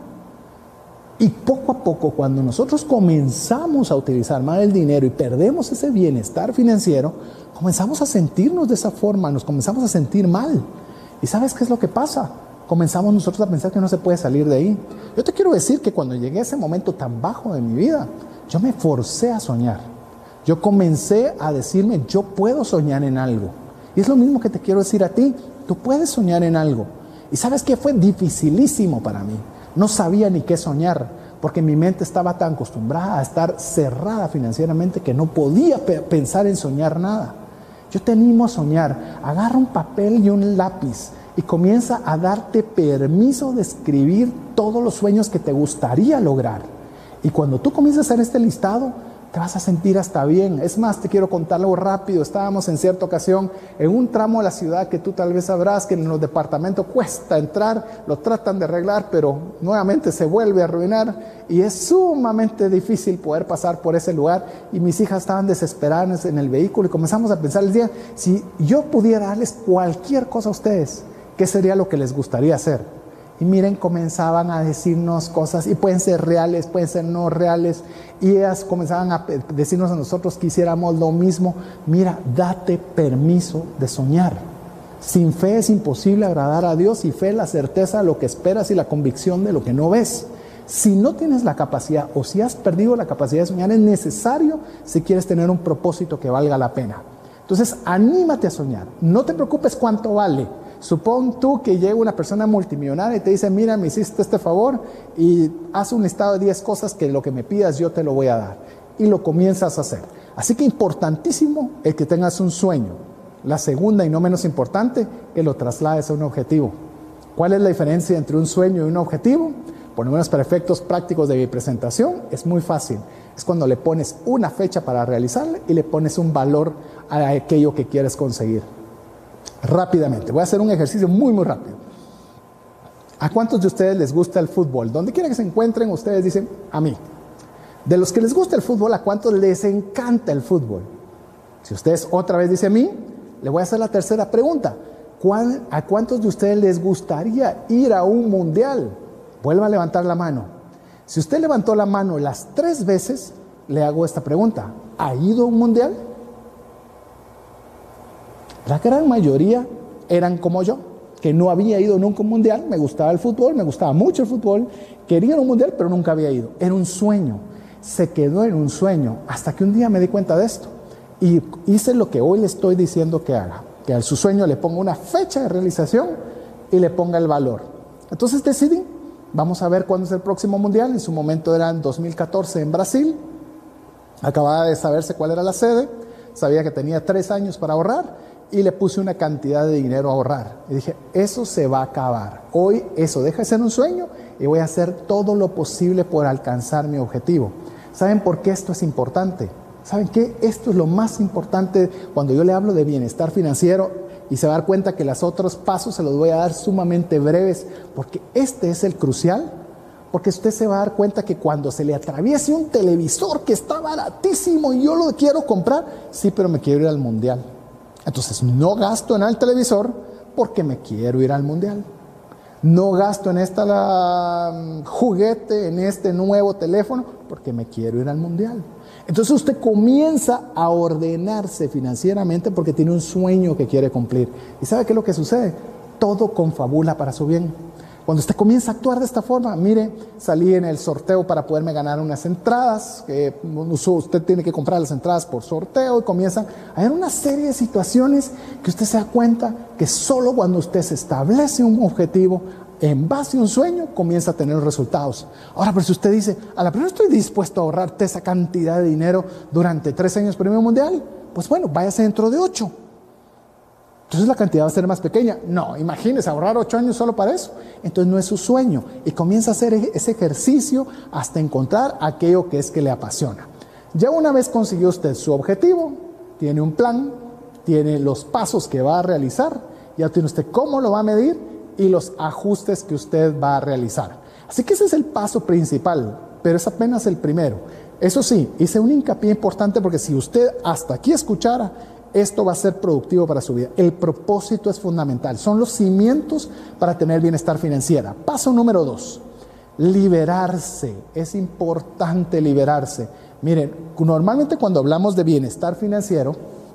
Y poco a poco, cuando nosotros comenzamos a utilizar mal el dinero y perdemos ese bienestar financiero, comenzamos a sentirnos de esa forma, nos comenzamos a sentir mal. ¿Y sabes qué es lo que pasa? Comenzamos nosotros a pensar que no se puede salir de ahí. Yo te quiero decir que cuando llegué a ese momento tan bajo de mi vida, yo me forcé a soñar. Yo comencé a decirme: yo puedo soñar en algo. Y es lo mismo que te quiero decir a ti. Tú puedes soñar en algo. ¿Y sabes qué? Fue dificilísimo para mí. No sabía ni qué soñar, porque mi mente estaba tan acostumbrada a estar cerrada financieramente que no podía pe- pensar en soñar nada. Yo te animo a soñar. Agarra un papel y un lápiz y comienza a darte permiso de escribir todos los sueños que te gustaría lograr. Y cuando tú comienzas a hacer este listado, te vas a sentir hasta bien. Es más, te quiero contar algo rápido. Estábamos en cierta ocasión en un tramo de la ciudad que tú tal vez sabrás que en los departamentos cuesta entrar, lo tratan de arreglar, pero nuevamente se vuelve a arruinar y es sumamente difícil poder pasar por ese lugar. Y mis hijas estaban desesperadas en el vehículo y comenzamos a pensar el día: si yo pudiera darles cualquier cosa a ustedes, ¿qué sería lo que les gustaría hacer? Y miren, comenzaban a decirnos cosas, y pueden ser reales, pueden ser no reales, y ellas comenzaban a decirnos a nosotros que hiciéramos lo mismo. Mira, date permiso de soñar. Sin fe es imposible agradar a Dios, y fe es la certeza de lo que esperas y la convicción de lo que no ves. Si no tienes la capacidad, o si has perdido la capacidad de soñar, es necesario si quieres tener un propósito que valga la pena. Entonces, anímate a soñar. No te preocupes cuánto vale. Supón tú que llega una persona multimillonaria y te dice: mira, me hiciste este favor y haz un listado de diez cosas que lo que me pidas yo te lo voy a dar. Y lo comienzas a hacer. Así que importantísimo el que tengas un sueño. La segunda y no menos importante, que lo traslades a un objetivo. ¿Cuál es la diferencia entre un sueño y un objetivo? Por lo menos para efectos prácticos de mi presentación, es muy fácil. Es cuando le pones una fecha para realizarla y le pones un valor a aquello que quieres conseguir. Rápidamente, voy a hacer un ejercicio muy muy rápido. ¿A cuántos de ustedes les gusta el fútbol? Donde quiera que se encuentren, ustedes dicen: a mí. De los que les gusta el fútbol, ¿a cuántos les encanta el fútbol? Si ustedes otra vez dicen a mí, le voy a hacer la tercera pregunta: ¿cuál, ¿a cuántos de ustedes les gustaría ir a un mundial? Vuelva a levantar la mano. Si usted levantó la mano las tres veces, le hago esta pregunta: ¿ha ido a un mundial? La gran mayoría eran como yo, que no había ido nunca a un mundial, me gustaba el fútbol, me gustaba mucho el fútbol, quería ir a un mundial, pero nunca había ido. Era un sueño, se quedó en un sueño, hasta que un día me di cuenta de esto y hice lo que hoy le estoy diciendo que haga, que a su sueño le ponga una fecha de realización y le ponga el valor. Entonces decidí, vamos a ver cuándo es el próximo mundial. En su momento era en dos mil catorce en Brasil, acababa de saberse cuál era la sede, sabía que tenía tres años para ahorrar, y le puse una cantidad de dinero a ahorrar. Y dije, eso se va a acabar. Hoy eso deja de ser un sueño y voy a hacer todo lo posible por alcanzar mi objetivo. ¿Saben por qué esto es importante? ¿Saben qué? Esto es lo más importante cuando yo le hablo de bienestar financiero, y se va a dar cuenta que los otros pasos se los voy a dar sumamente breves, porque este es el crucial. Porque usted se va a dar cuenta que cuando se le atraviese un televisor que está baratísimo y yo lo quiero comprar, sí, pero me quiero ir al mundial. Entonces no gasto en el televisor porque me quiero ir al mundial. No gasto en esta la, juguete, en este nuevo teléfono, porque me quiero ir al mundial. Entonces usted comienza a ordenarse financieramente porque tiene un sueño que quiere cumplir. ¿Y sabe qué es lo que sucede? Todo confabula para su bien. Cuando usted comienza a actuar de esta forma, mire, salí en el sorteo para poderme ganar unas entradas, que usted tiene que comprar las entradas por sorteo, y comienzan a haber una serie de situaciones que usted se da cuenta que solo cuando usted se establece un objetivo en base a un sueño, comienza a tener resultados. Ahora, pero si usted dice, a la primera estoy dispuesto a ahorrarte esa cantidad de dinero durante tres años premio mundial, pues bueno, váyase dentro de ocho. Entonces la cantidad va a ser más pequeña. No, imagínese ahorrar ocho años solo para eso. Entonces no es su sueño, y comienza a hacer ese ejercicio hasta encontrar aquello que es que le apasiona. Ya una vez consiguió usted su objetivo, tiene un plan, tiene los pasos que va a realizar, ya tiene usted cómo lo va a medir y los ajustes que usted va a realizar. Así que ese es el paso principal, pero es apenas el primero. Eso sí, hice un hincapié importante porque si usted hasta aquí escuchara, esto va a ser productivo para su vida. El propósito es fundamental. Son los cimientos para tener bienestar financiero. Paso número dos, liberarse. Es importante liberarse. Miren, normalmente cuando hablamos de bienestar financiero,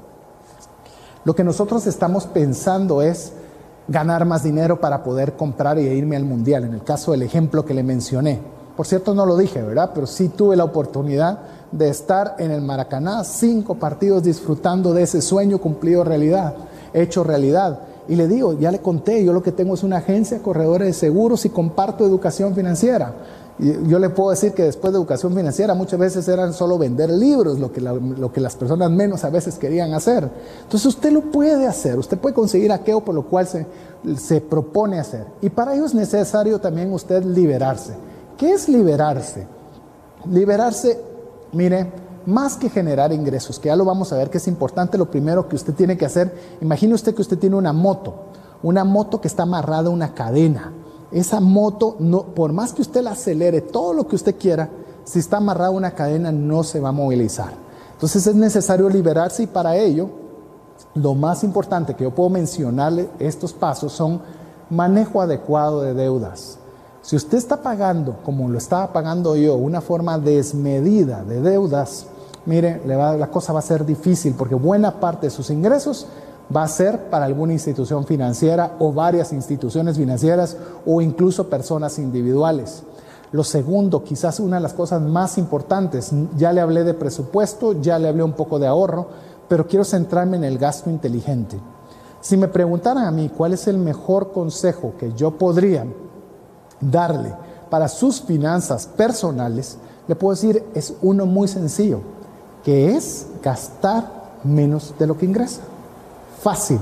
lo que nosotros estamos pensando es ganar más dinero para poder comprar y irme al mundial. En el caso del ejemplo que le mencioné. Por cierto, no lo dije, ¿verdad? Pero sí tuve la oportunidad de estar en el Maracaná, cinco partidos disfrutando de ese sueño cumplido realidad, hecho realidad. Y le digo, ya le conté, yo lo que tengo es una agencia corredora de seguros y comparto educación financiera. Y yo le puedo decir que después de educación financiera muchas veces eran solo vender libros, lo que, la, lo que las personas menos a veces querían hacer. Entonces usted lo puede hacer, usted puede conseguir aquello por lo cual se, se propone hacer. Y para ello es necesario también usted liberarse. ¿Qué es liberarse? Liberarse, mire, más que generar ingresos, que ya lo vamos a ver que es importante, lo primero que usted tiene que hacer, imagine usted que usted tiene una moto, una moto que está amarrada a una cadena. Esa moto, no, por más que usted la acelere, todo lo que usted quiera, si está amarrada a una cadena no se va a movilizar. Entonces es necesario liberarse, y para ello, lo más importante que yo puedo mencionarle, estos pasos son manejo adecuado de deudas. Si usted está pagando, como lo estaba pagando yo, una forma desmedida de deudas, mire, le va, la cosa va a ser difícil, porque buena parte de sus ingresos va a ser para alguna institución financiera o varias instituciones financieras o incluso personas individuales. Lo segundo, quizás una de las cosas más importantes, ya le hablé de presupuesto, ya le hablé un poco de ahorro, pero quiero centrarme en el gasto inteligente. Si me preguntaran a mí cuál es el mejor consejo que yo podría darle para sus finanzas personales, le puedo decir, es uno muy sencillo, que es gastar menos de lo que ingresa. Fácil,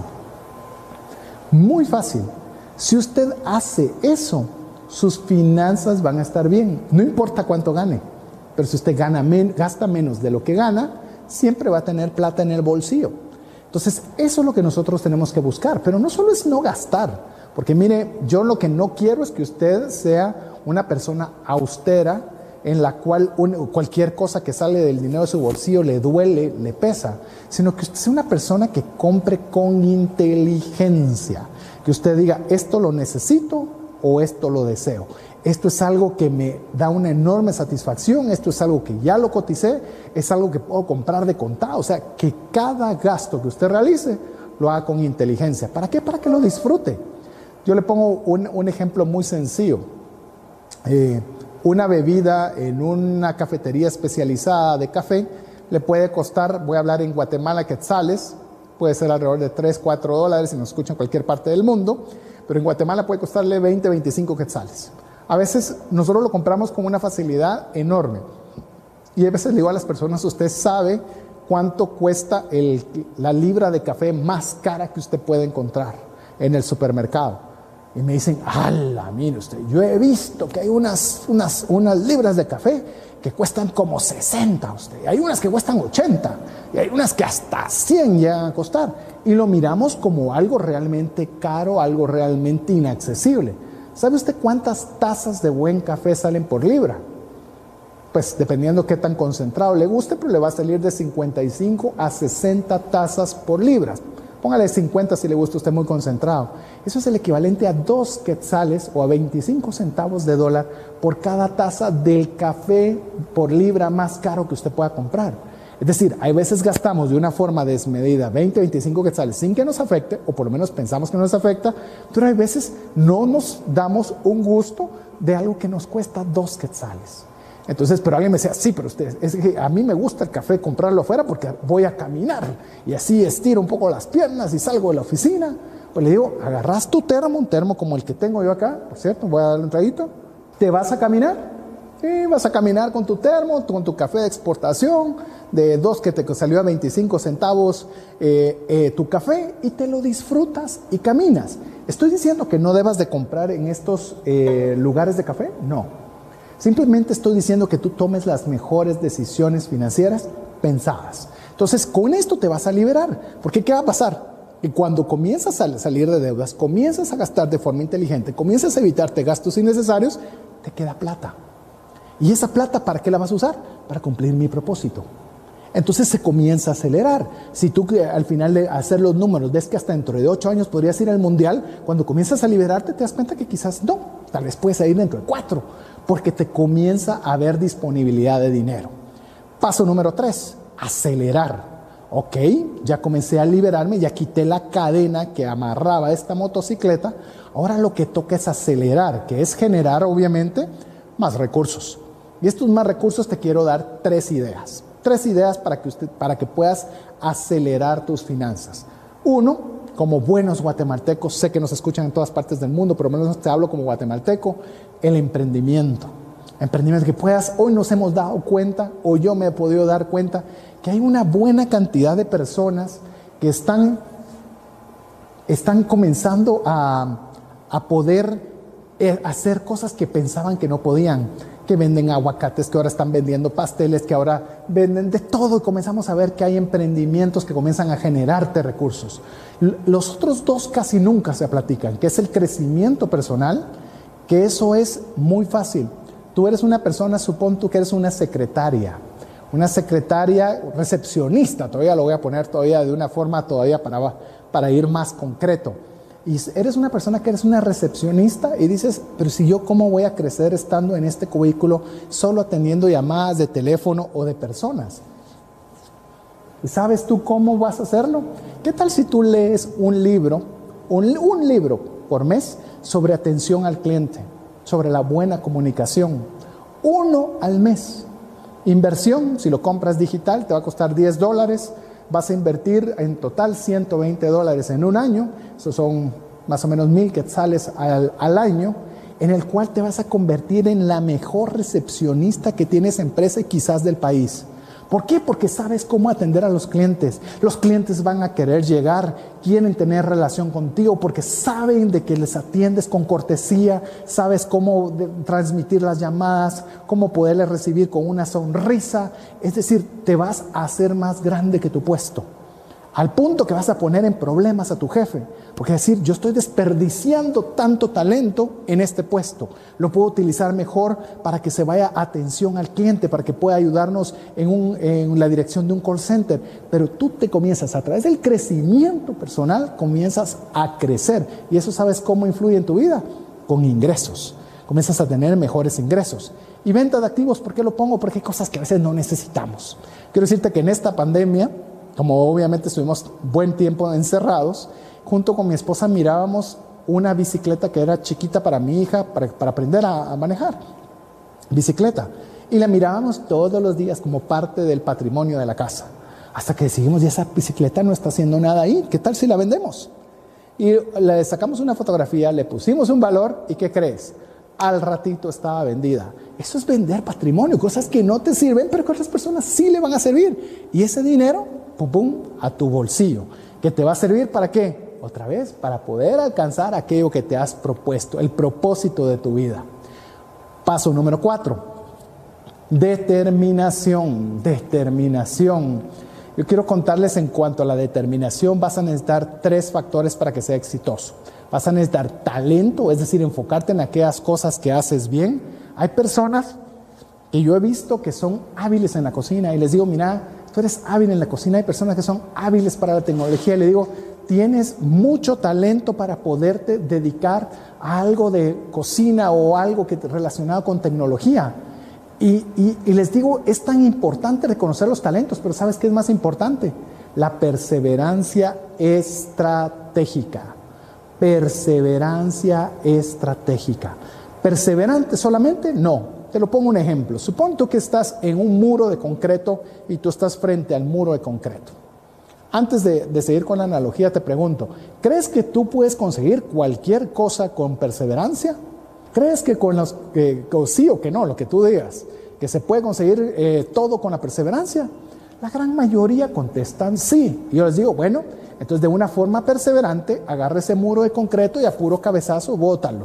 muy fácil. Si usted hace eso, sus finanzas van a estar bien, no importa cuánto gane, pero si usted gana men- gasta menos de lo que gana, siempre va a tener plata en el bolsillo. Entonces, eso es lo que nosotros tenemos que buscar, pero no solo es no gastar, porque mire, yo lo que no quiero es que usted sea una persona austera en la cual un, cualquier cosa que sale del dinero de su bolsillo le duele, le pesa, sino que usted sea una persona que compre con inteligencia, que usted diga, esto lo necesito o esto lo deseo. Esto es algo que me da una enorme satisfacción, esto es algo que ya lo coticé, es algo que puedo comprar de contado, o sea, que cada gasto que usted realice lo haga con inteligencia. ¿Para qué? Para que lo disfrute. Yo le pongo un, un ejemplo muy sencillo. Eh, una bebida en una cafetería especializada de café le puede costar, voy a hablar en Guatemala, quetzales, puede ser alrededor de tres, cuatro dólares si nos escuchan en cualquier parte del mundo, pero en Guatemala puede costarle veinte, veinticinco quetzales. A veces nosotros lo compramos con una facilidad enorme. Y a veces le digo a las personas, usted sabe cuánto cuesta el, la libra de café más cara que usted puede encontrar en el supermercado. Y me dicen, ¡ala, mire usted! Yo he visto que hay unas, unas, unas libras de café que cuestan como sesenta, usted. Hay unas que cuestan ochenta, y hay unas que hasta cien llegan a costar. Y lo miramos como algo realmente caro, algo realmente inaccesible. ¿Sabe usted cuántas tazas de buen café salen por libra? Pues dependiendo qué tan concentrado le guste, pero le va a salir de cincuenta y cinco a sesenta tazas por libra. Póngale cincuenta si le gusta a usted muy concentrado. Eso es el equivalente a dos quetzales o a veinticinco centavos de dólar por cada taza del café por libra más caro que usted pueda comprar. Es decir, hay veces gastamos de una forma desmedida veinte, veinticinco quetzales sin que nos afecte, o por lo menos pensamos que nos afecta, pero hay veces no nos damos un gusto de algo que nos cuesta dos quetzales. Entonces, pero alguien me decía, sí, pero usted, es que a mí me gusta el café comprarlo afuera porque voy a caminar y así estiro un poco las piernas y salgo de la oficina. Pues le digo, agarras tu termo, un termo como el que tengo yo acá, por cierto, voy a darle un traguito, te vas a caminar, y vas a caminar con tu termo, con tu café de exportación, de dos que te salió a veinticinco centavos eh, eh, tu café, y te lo disfrutas y caminas. ¿Estoy diciendo que no debas de comprar en estos eh, lugares de café? No. Simplemente estoy diciendo que tú tomes las mejores decisiones financieras pensadas. Entonces, con esto te vas a liberar. Porque ¿qué va a pasar? Que cuando comienzas a salir de deudas, comienzas a gastar de forma inteligente, comienzas a evitarte gastos innecesarios, te queda plata. ¿Y esa plata para qué la vas a usar? Para cumplir mi propósito. Entonces se comienza a acelerar. Si tú al final de hacer los números ves que hasta dentro de ocho años podrías ir al mundial, cuando comienzas a liberarte te das cuenta que quizás no, tal vez puedes ir dentro de cuatro, porque te comienza a haber disponibilidad de dinero. Paso número tres, acelerar. Ok, ya comencé a liberarme, ya quité la cadena que amarraba esta motocicleta, ahora lo que toca es acelerar, que es generar obviamente más recursos. Y estos más recursos te quiero dar tres ideas. Tres ideas para que, usted, para que puedas acelerar tus finanzas. Uno, como buenos guatemaltecos, sé que nos escuchan en todas partes del mundo, pero al menos te hablo como guatemalteco, el emprendimiento. Emprendimiento que puedas, hoy nos hemos dado cuenta, o yo me he podido dar cuenta, que hay una buena cantidad de personas que están, están comenzando a, a poder hacer cosas que pensaban que no podían. Que venden aguacates, que ahora están vendiendo pasteles, que ahora venden de todo, y comenzamos a ver que hay emprendimientos que comienzan a generarte recursos. Los otros dos casi nunca se platican, que es el crecimiento personal, que eso es muy fácil. Tú eres una persona, supón tú que eres una secretaria, una secretaria recepcionista, todavía lo voy a poner todavía de una forma todavía para, para ir más concreto. Y eres una persona que eres una recepcionista y dices, pero si yo cómo voy a crecer estando en este cubículo solo atendiendo llamadas de teléfono o de personas. ¿Y sabes tú cómo vas a hacerlo? ¿Qué tal si tú lees un libro, un, un libro por mes sobre atención al cliente, sobre la buena comunicación? Uno al mes. Inversión, si lo compras digital, te va a costar diez dólares. Vas a invertir en total ciento veinte dólares en un año, eso son más o menos mil quetzales al, al año, en el cual te vas a convertir en la mejor recepcionista que tiene esa empresa y quizás del país. ¿Por qué? Porque sabes cómo atender a los clientes. Los clientes van a querer llegar, quieren tener relación contigo porque saben de que les atiendes con cortesía, sabes cómo de, transmitir las llamadas, cómo poderles recibir con una sonrisa. Es decir, te vas a hacer más grande que tu puesto. Al punto que vas a poner en problemas a tu jefe. Porque es decir, yo estoy desperdiciando tanto talento en este puesto. Lo puedo utilizar mejor para que se vaya atención al cliente, para que pueda ayudarnos en, un, en la dirección de un call center. Pero tú te comienzas, a través del crecimiento personal, comienzas a crecer. Y eso, ¿sabes cómo influye en tu vida? Con ingresos. Comienzas a tener mejores ingresos. Y venta de activos, ¿por qué lo pongo? Porque hay cosas que a veces no necesitamos. Quiero decirte que en esta pandemia, como obviamente estuvimos buen tiempo encerrados, junto con mi esposa mirábamos una bicicleta que era chiquita para mi hija, para, para aprender a, a manejar bicicleta. Y la mirábamos todos los días como parte del patrimonio de la casa. Hasta que decidimos, y esa bicicleta no está haciendo nada ahí, ¿qué tal si la vendemos? Y le sacamos una fotografía, le pusimos un valor, ¿y qué crees? Al ratito estaba vendida. Eso es vender patrimonio, cosas que no te sirven, pero que a otras personas sí le van a servir. Y ese dinero, pum, pum, a tu bolsillo. ¿Que te va a servir para qué? Otra vez, para poder alcanzar aquello que te has propuesto, el propósito de tu vida. Paso número cuatro. Determinación, determinación. Yo quiero contarles en cuanto a la determinación, vas a necesitar tres factores para que sea exitoso. Vas a necesitar talento, es decir, enfocarte en aquellas cosas que haces bien. Hay personas que yo he visto que son hábiles en la cocina y les digo, mira, tú eres hábil en la cocina. Hay personas que son hábiles para la tecnología y le digo, tienes mucho talento para poderte dedicar a algo de cocina o algo que relacionado con tecnología. Y, y, y les digo, es tan importante reconocer los talentos, pero ¿sabes qué es más importante? La perseverancia estratégica. Perseverancia estratégica. ¿Perseverante solamente? No. Te lo pongo un ejemplo. Supón tú que estás en un muro de concreto y tú estás frente al muro de concreto. Antes de, de seguir con la analogía, te pregunto, ¿crees que tú puedes conseguir cualquier cosa con perseverancia? ¿Crees que con los, que, que sí o que no, lo que tú digas, que se puede conseguir eh, todo con la perseverancia? La gran mayoría contestan sí. Y yo les digo, bueno, entonces de una forma perseverante, agarra ese muro de concreto y a puro cabezazo, bótalo.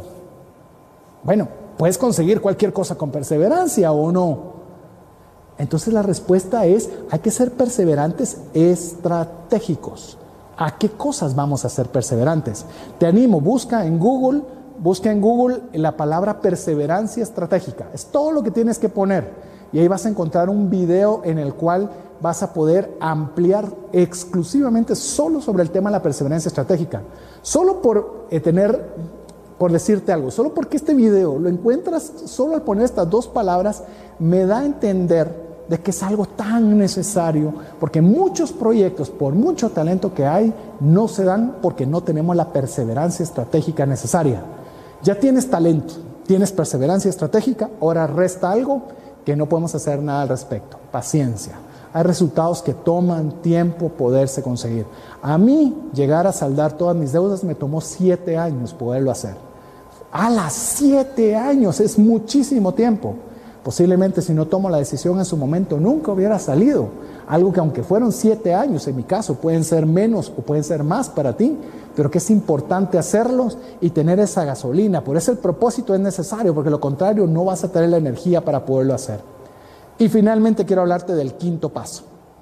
Bueno, ¿puedes conseguir cualquier cosa con perseverancia o no? Entonces la respuesta es, hay que ser perseverantes estratégicos. ¿A qué cosas vamos a ser perseverantes? Te animo, busca en Google, busca en Google la palabra perseverancia estratégica. Es todo lo que tienes que poner. Y ahí vas a encontrar un video en el cual vas a poder ampliar exclusivamente solo sobre el tema de la perseverancia estratégica. Solo por eh, tener, por decirte algo, solo porque este video lo encuentras, solo al poner estas dos palabras, me da a entender de que es algo tan necesario, porque muchos proyectos, por mucho talento que hay, no se dan porque no tenemos la perseverancia estratégica necesaria. Ya tienes talento, tienes perseverancia estratégica, ahora resta algo que no podemos hacer nada al respecto: paciencia. Hay resultados que toman tiempo poderse conseguir. A mí, llegar a saldar todas mis deudas me tomó siete años poderlo hacer. ¡A las siete años! Es muchísimo tiempo. Posiblemente si no tomo la decisión en su momento, nunca hubiera salido. Algo que aunque fueron siete años, en mi caso, pueden ser menos o pueden ser más para ti, pero que es importante hacerlos y tener esa gasolina. Por eso el propósito es necesario, porque lo contrario no vas a tener la energía para poderlo hacer. Y finalmente quiero hablarte del quinto paso.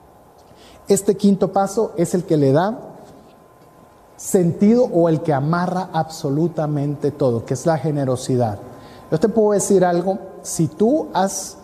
Este quinto paso es el que le da sentido o el que amarra absolutamente todo, que es la generosidad. Yo te puedo decir algo, si tú has,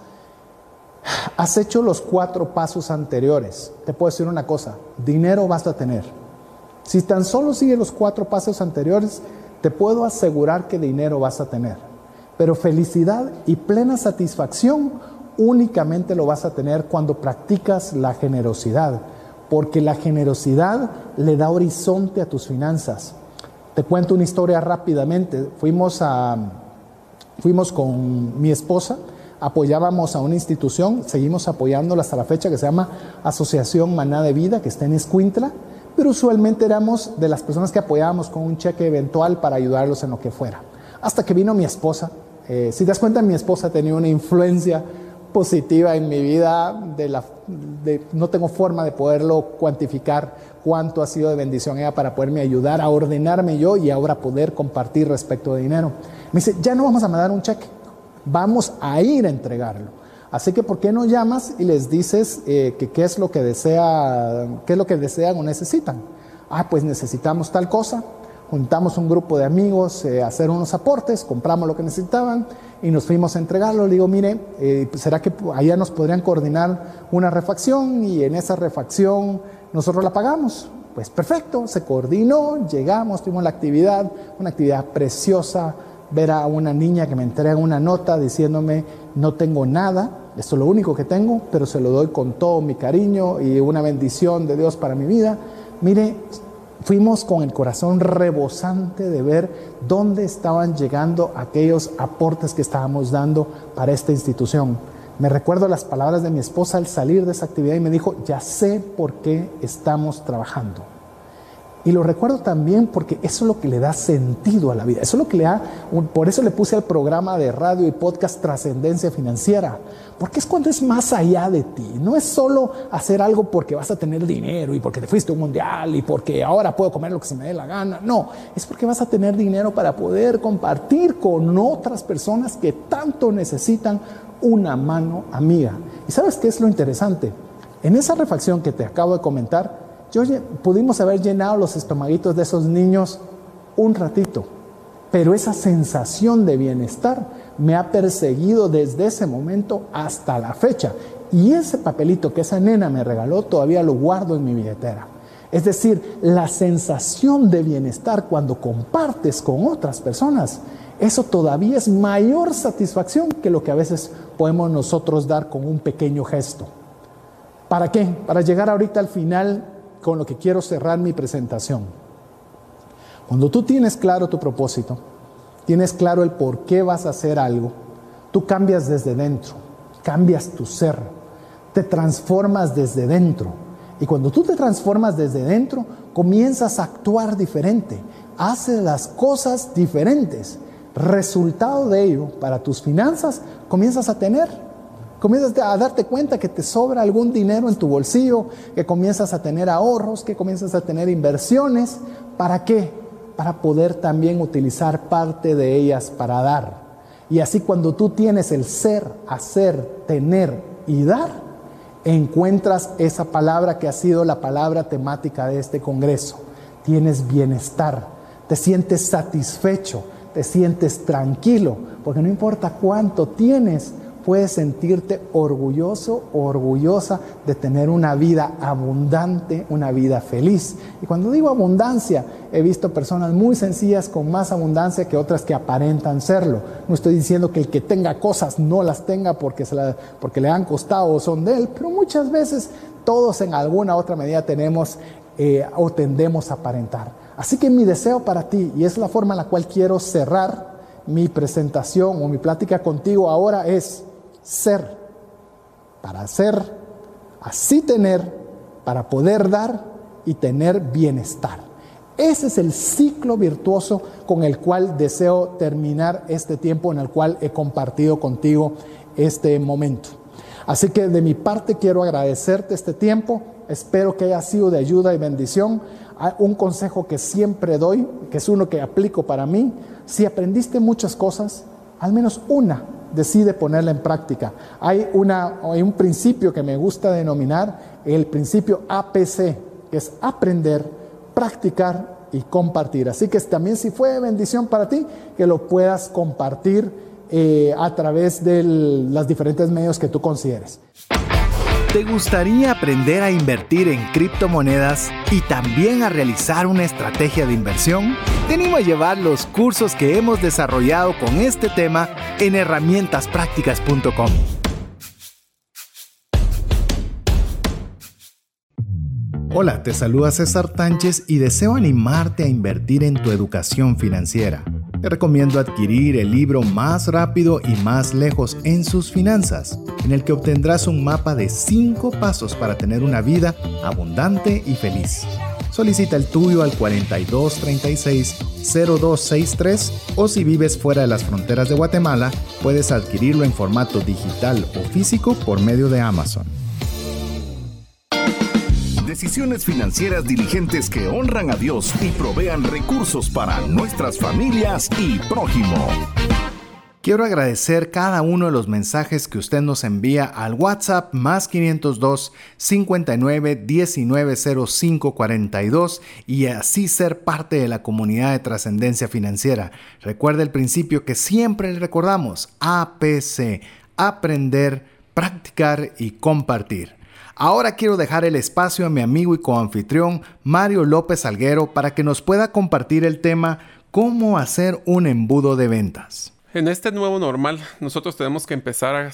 has hecho los cuatro pasos anteriores, te puedo decir una cosa: dinero vas a tener. Si tan solo sigues los cuatro pasos anteriores, te puedo asegurar que dinero vas a tener. Pero felicidad y plena satisfacción únicamente lo vas a tener cuando practicas la generosidad, porque la generosidad le da horizonte a tus finanzas. Te cuento una historia rápidamente. Fuimos a... Fuimos con mi esposa, apoyábamos a una institución, seguimos apoyándola hasta la fecha, que se llama Asociación Maná de Vida, que está en Escuintla, pero usualmente éramos de las personas que apoyábamos con un cheque eventual para ayudarlos en lo que fuera. Hasta que vino mi esposa. Eh, si te das cuenta, mi esposa tenía una influencia positiva en mi vida, de la, de, no tengo forma de poderlo cuantificar cuánto ha sido de bendición ella para poderme ayudar a ordenarme yo y ahora poder compartir respecto de dinero. Me dice, ya no vamos a mandar un cheque, vamos a ir a entregarlo. Así que, ¿por qué no llamas y les dices eh, que qué es lo que desea, qué es lo que desean o necesitan? Ah, pues necesitamos tal cosa. Juntamos un grupo de amigos a eh, hacer unos aportes, compramos lo que necesitaban y nos fuimos a entregarlo. Le digo, mire, eh, ¿será que allá nos podrían coordinar una refacción? Y en esa refacción nosotros la pagamos. Pues perfecto, se coordinó, llegamos, tuvimos la actividad, una actividad preciosa, ver a una niña que me entrega una nota diciéndome, no tengo nada, esto es lo único que tengo, pero se lo doy con todo mi cariño y una bendición de Dios para mi vida. Mire, fuimos con el corazón rebosante de ver dónde estaban llegando aquellos aportes que estábamos dando para esta institución. Me recuerdo las palabras de mi esposa al salir de esa actividad y me dijo, ya sé por qué estamos trabajando. Y lo recuerdo también porque eso es lo que le da sentido a la vida. Eso es lo que le da, por eso le puse al programa de radio y podcast Trascendencia Financiera. Porque es cuando es más allá de ti. No es solo hacer algo porque vas a tener dinero y porque te fuiste a un mundial y porque ahora puedo comer lo que se me dé la gana. No, es porque vas a tener dinero para poder compartir con otras personas que tanto necesitan una mano amiga. ¿Y sabes qué es lo interesante? En esa reflexión que te acabo de comentar, Yo, pudimos haber llenado los estomaguitos de esos niños un ratito, pero esa sensación de bienestar me ha perseguido desde ese momento hasta la fecha. Y ese papelito que esa nena me regaló todavía lo guardo en mi billetera. Es decir, la sensación de bienestar cuando compartes con otras personas, eso todavía es mayor satisfacción que lo que a veces podemos nosotros dar con un pequeño gesto. ¿Para qué? Para llegar ahorita al final con lo que quiero cerrar mi presentación. Cuando tú tienes claro tu propósito, tienes claro el por qué vas a hacer algo, tú cambias desde dentro, cambias tu ser, te transformas desde dentro. Y cuando tú te transformas desde dentro, comienzas a actuar diferente, haces las cosas diferentes. Resultado de ello, para tus finanzas, comienzas a tener Comienzas a darte cuenta que te sobra algún dinero en tu bolsillo, que comienzas a tener ahorros, que comienzas a tener inversiones. ¿Para qué? Para poder también utilizar parte de ellas para dar. Y así cuando tú tienes el ser, hacer, tener y dar, encuentras esa palabra que ha sido la palabra temática de este congreso. Tienes bienestar, te sientes satisfecho, te sientes tranquilo, porque no importa cuánto tienes, puedes sentirte orgulloso o orgullosa de tener una vida abundante, una vida feliz. Y cuando digo abundancia, he visto personas muy sencillas con más abundancia que otras que aparentan serlo. No estoy diciendo que el que tenga cosas no las tenga porque, se la, porque le han costado o son de él, pero muchas veces todos en alguna otra medida tenemos eh, o tendemos a aparentar. Así que mi deseo para ti, y es la forma en la cual quiero cerrar mi presentación o mi plática contigo ahora, es ser, para hacer, así tener, para poder dar y tener bienestar. Ese es el ciclo virtuoso con el cual deseo terminar este tiempo en el cual he compartido contigo este momento. Así que de mi parte quiero agradecerte este tiempo. Espero que haya sido de ayuda y bendición. Un consejo que siempre doy, que es uno que aplico para mí: si aprendiste muchas cosas, al menos una decide ponerla en práctica. Hay, una, hay un principio que me gusta denominar el principio A P C, que es aprender, practicar y compartir. Así que también, si fue de bendición para ti, que lo puedas compartir eh, a través de los diferentes medios que tú consideres. ¿Te gustaría aprender a invertir en criptomonedas y también a realizar una estrategia de inversión? Te animo a llevar los cursos que hemos desarrollado con este tema en herramientas prácticas punto com. Hola, te saluda César Tánchez y deseo animarte a invertir en tu educación financiera. Te recomiendo adquirir el libro Más rápido y más lejos en sus finanzas, en el que obtendrás un mapa de cinco pasos para tener una vida abundante y feliz. Solicita el tuyo al cuarenta y dos treinta y seis cero dos sesenta y tres, o si vives fuera de las fronteras de Guatemala, puedes adquirirlo en formato digital o físico por medio de Amazon. Decisiones financieras diligentes que honran a Dios y provean recursos para nuestras familias y prójimo. Quiero agradecer cada uno de los mensajes que usted nos envía al WhatsApp más quinientos dos, cincuenta y nueve, diecinueve, cero cinco, cuarenta y dos y así ser parte de la comunidad de Trascendencia Financiera. Recuerda el principio que siempre le recordamos: A P C, aprender, practicar y compartir. Ahora quiero dejar el espacio a mi amigo y coanfitrión Mario López Alguero para que nos pueda compartir el tema ¿Cómo hacer un embudo de ventas? En este nuevo normal, nosotros tenemos que empezar a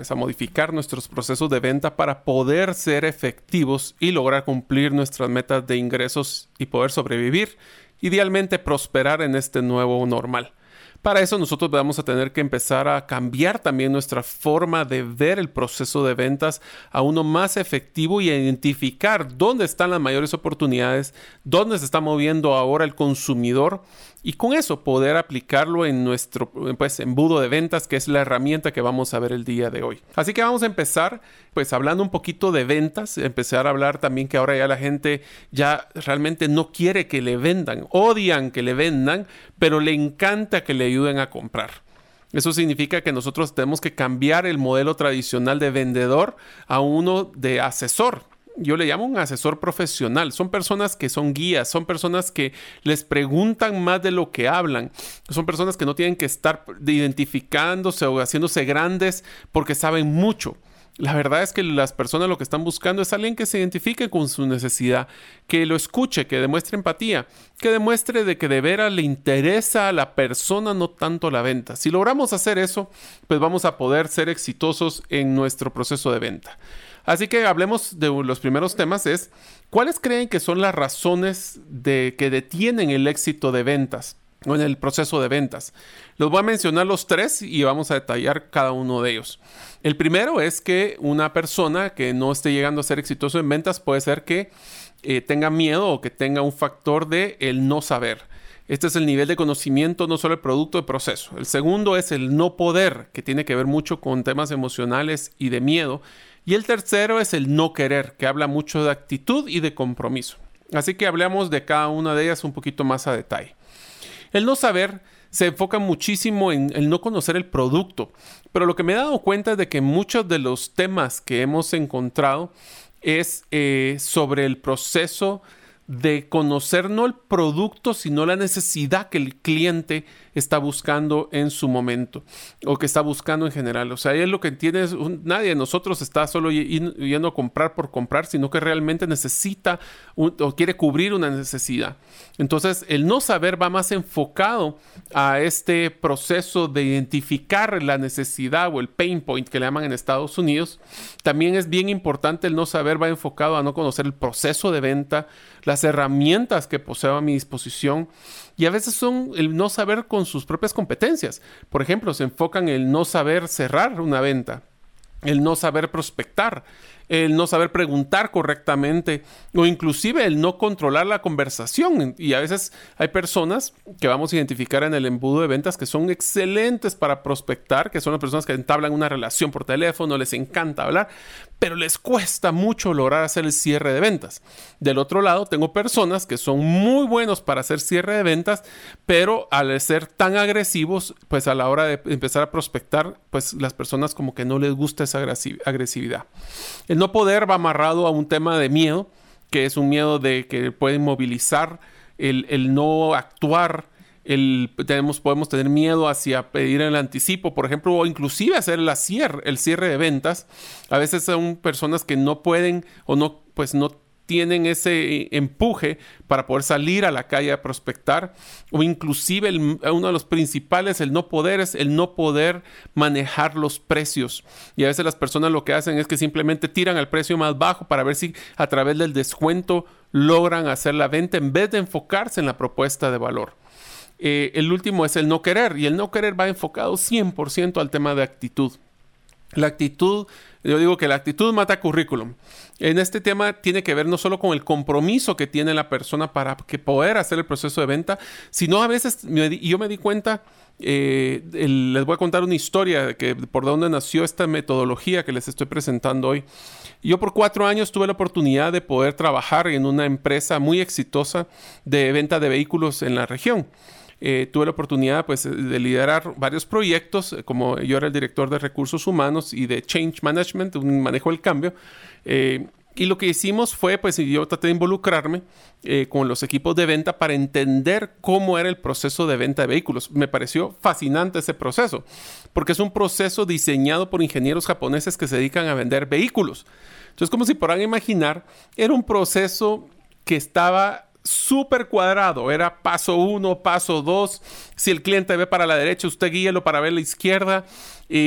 pues, a modificar nuestros procesos de venta para poder ser efectivos y lograr cumplir nuestras metas de ingresos y poder sobrevivir, idealmente prosperar en este nuevo normal. Para eso nosotros vamos a tener que empezar a cambiar también nuestra forma de ver el proceso de ventas a uno más efectivo y a identificar dónde están las mayores oportunidades, dónde se está moviendo ahora el consumidor y con eso poder aplicarlo en nuestro pues, embudo de ventas, que es la herramienta que vamos a ver el día de hoy. Así que vamos a empezar pues hablando un poquito de ventas, empezar a hablar también que ahora ya la gente ya realmente no quiere que le vendan, odian que le vendan, pero le encanta que le ayuden a comprar. Eso significa que nosotros tenemos que cambiar el modelo tradicional de vendedor a uno de asesor. Yo le llamo un asesor profesional. Son personas que son guías, son personas que les preguntan más de lo que hablan. Son personas que no tienen que estar identificándose o haciéndose grandes porque saben mucho. La verdad es que las personas lo que están buscando es alguien que se identifique con su necesidad, que lo escuche, que demuestre empatía, que demuestre de que de veras le interesa a la persona, no tanto la venta. Si logramos hacer eso, pues vamos a poder ser exitosos en nuestro proceso de venta. Así que hablemos de los primeros temas, es ¿cuáles creen que son las razones de que detienen el éxito de ventas o en el proceso de ventas? Los voy a mencionar los tres y vamos a detallar cada uno de ellos. El primero es que una persona que no esté llegando a ser exitoso en ventas puede ser que eh, tenga miedo o que tenga un factor de el no saber. Este es el nivel de conocimiento, no solo el producto de proceso. El segundo es el no poder, que tiene que ver mucho con temas emocionales y de miedo. Y el tercero es el no querer, que habla mucho de actitud y de compromiso. Así que hablemos de cada una de ellas un poquito más a detalle. El no saber se enfoca muchísimo en el no conocer el producto, pero lo que me he dado cuenta es de que muchos de los temas que hemos encontrado es eh, sobre el proceso de conocer no el producto, sino la necesidad que el cliente está buscando en su momento o que está buscando en general. O sea, ahí es lo que entiende, es un, nadie de nosotros está solo y, yendo a comprar por comprar, sino que realmente necesita un, o quiere cubrir una necesidad. Entonces, el no saber va más enfocado a este proceso de identificar la necesidad o el pain point que le llaman en Estados Unidos. También es bien importante el no saber, va enfocado a no conocer el proceso de venta, las herramientas que poseo a mi disposición, y a veces son el no saber con sus propias competencias. Por ejemplo, se enfocan en el no saber cerrar una venta, el no saber prospectar, el no saber preguntar correctamente o inclusive el no controlar la conversación. Y a veces hay personas que vamos a identificar en el embudo de ventas que son excelentes para prospectar, que son las personas que entablan una relación por teléfono, les encanta hablar, pero les cuesta mucho lograr hacer el cierre de ventas. Del otro lado, tengo personas que son muy buenos para hacer cierre de ventas, pero al ser tan agresivos, pues a la hora de empezar a prospectar, pues las personas como que no les gusta esa agresividad. El no poder va amarrado a un tema de miedo, que es un miedo de que puede inmovilizar, el, el no actuar, el, tenemos, podemos tener miedo hacia pedir el anticipo, por ejemplo, o inclusive hacer la cierre, el cierre de ventas. A veces son personas que no pueden o no, pues no tienen ese empuje para poder salir a la calle a prospectar, o inclusive el, uno de los principales, el no poder, es el no poder manejar los precios. Y a veces las personas lo que hacen es que simplemente tiran al precio más bajo para ver si a través del descuento logran hacer la venta en vez de enfocarse en la propuesta de valor. Eh, el último es el no querer, y el no querer va enfocado cien por ciento al tema de actitud. La actitud, yo digo que la actitud mata currículum. En este tema tiene que ver no solo con el compromiso que tiene la persona para que poder hacer el proceso de venta, sino a veces, me di, yo me di cuenta, eh, el, les voy a contar una historia de que por dónde nació esta metodología que les estoy presentando hoy. Yo por cuatro años tuve la oportunidad de poder trabajar en una empresa muy exitosa de venta de vehículos en la región. Eh, tuve la oportunidad pues, de liderar varios proyectos, como yo era el director de recursos humanos y de change management, un manejo del cambio. Eh, y lo que hicimos fue, pues yo traté de involucrarme eh, con los equipos de venta para entender cómo era el proceso de venta de vehículos. Me pareció fascinante ese proceso, porque es un proceso diseñado por ingenieros japoneses que se dedican a vender vehículos. Entonces, como si podrán imaginar, era un proceso que estaba súper cuadrado, era paso uno, paso dos, si el cliente ve para la derecha, usted guíelo para ver la izquierda, y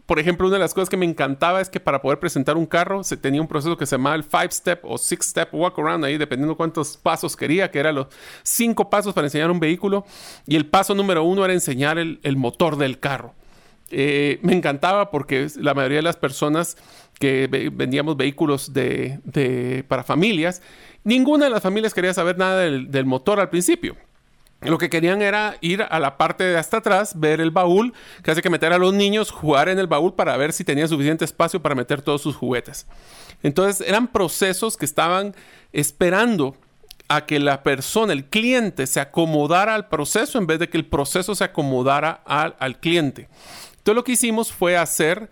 Por ejemplo, una de las cosas que me encantaba es que para poder presentar un carro se tenía un proceso que se llamaba el five step o six step walk around, ahí dependiendo cuántos pasos quería, que eran los cinco pasos para enseñar un vehículo. Y el paso número uno era enseñar el, el motor del carro. Eh, me encantaba porque la mayoría de las personas que ve- vendíamos vehículos de, de, para familias, ninguna de las familias quería saber nada del, del motor al principio. Lo que querían era ir a la parte de hasta atrás, ver el baúl, que hace que meter a los niños, jugar en el baúl para ver si tenían suficiente espacio para meter todos sus juguetes. Entonces eran procesos que estaban esperando a que la persona, el cliente, se acomodara al proceso en vez de que el proceso se acomodara al, al cliente. Entonces lo que hicimos fue hacer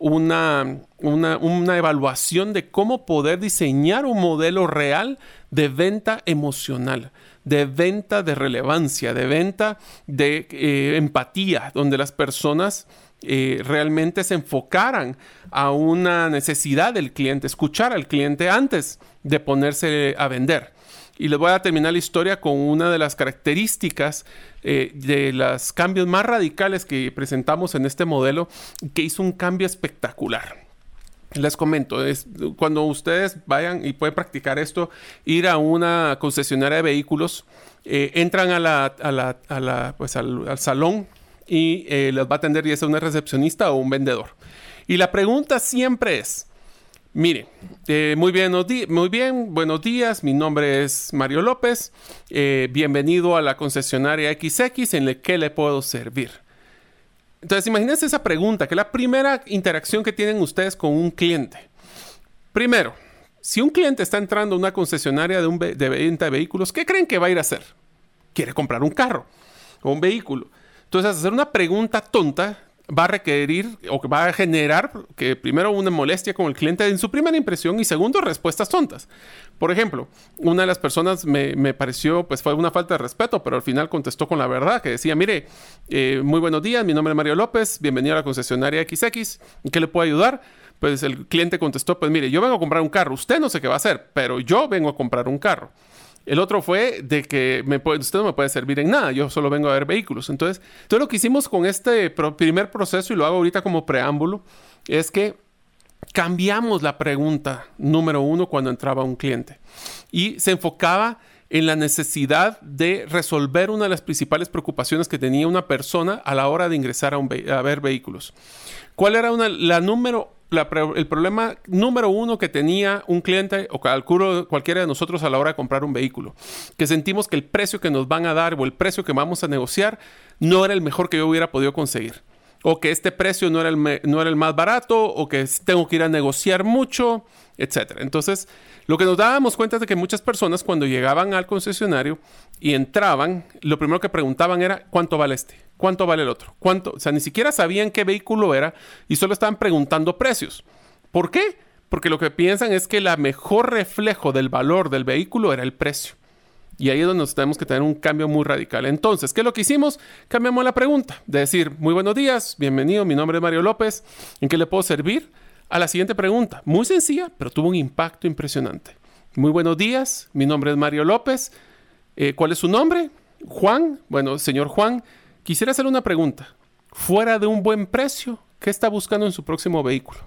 una, una, una evaluación de cómo poder diseñar un modelo real de venta emocional, de venta de relevancia, de venta de eh, empatía, donde las personas eh, realmente se enfocaran a una necesidad del cliente, escuchar al cliente antes de ponerse a vender. Y les voy a terminar la historia con una de las características eh, de los cambios más radicales que presentamos en este modelo, que hizo un cambio espectacular. Les comento, es, cuando ustedes vayan y pueden practicar esto, ir a una concesionaria de vehículos, eh, entran a la, a la, a la, pues al, al salón y eh, les va a atender ya sea una recepcionista o un vendedor. Y la pregunta siempre es, mire, eh, muy, bien, muy bien, buenos días, mi nombre es Mario López, eh, bienvenido a la concesionaria equis equis, ¿en la que le puedo servir? Entonces, imagínense esa pregunta, que es la primera interacción que tienen ustedes con un cliente. Primero, si un cliente está entrando a una concesionaria de, un ve- de venta de vehículos, ¿qué creen que va a ir a hacer? Quiere comprar un carro o un vehículo. Entonces, hacer una pregunta tonta va a requerir o que va a generar que primero una molestia con el cliente en su primera impresión y segundo, respuestas tontas. Por ejemplo, una de las personas me, me pareció, pues fue una falta de respeto, pero al final contestó con la verdad, que decía, mire, eh, muy buenos días, mi nombre es Mario López, bienvenido a la concesionaria equis equis, ¿en qué le puedo ayudar? Pues el cliente contestó, pues mire, yo vengo a comprar un carro, usted no sé qué va a hacer, pero yo vengo a comprar un carro. El otro fue de que me puede, usted no me puede servir en nada, yo solo vengo a ver vehículos. Entonces, todo lo que hicimos con este pro, primer proceso, y lo hago ahorita como preámbulo, es que cambiamos la pregunta número uno cuando entraba un cliente. Y se enfocaba en la necesidad de resolver una de las principales preocupaciones que tenía una persona a la hora de ingresar a, un ve- a ver vehículos. ¿Cuál era una, la número La, el problema número uno que tenía un cliente o calculo cualquiera de nosotros a la hora de comprar un vehículo? Que sentimos que el precio que nos van a dar o el precio que vamos a negociar no era el mejor que yo hubiera podido conseguir. O que este precio no era el, me, no era el más barato o que tengo que ir a negociar mucho, etcétera. Entonces, lo que nos dábamos cuenta es de que muchas personas cuando llegaban al concesionario y entraban, lo primero que preguntaban era ¿cuánto vale este? ¿Cuánto vale el otro? ¿Cuánto? O sea, ni siquiera sabían qué vehículo era y solo estaban preguntando precios. ¿Por qué? Porque lo que piensan es que el mejor reflejo del valor del vehículo era el precio. Y ahí es donde nos tenemos que tener un cambio muy radical. Entonces, ¿qué es lo que hicimos? Cambiamos la pregunta. De decir, muy buenos días, bienvenido, mi nombre es Mario López, ¿en qué le puedo servir? A la siguiente pregunta. Muy sencilla, pero tuvo un impacto impresionante. Muy buenos días, mi nombre es Mario López. Eh, ¿Cuál es su nombre? Juan. Bueno, señor Juan, quisiera hacerle una pregunta. Fuera de un buen precio, ¿qué está buscando en su próximo vehículo?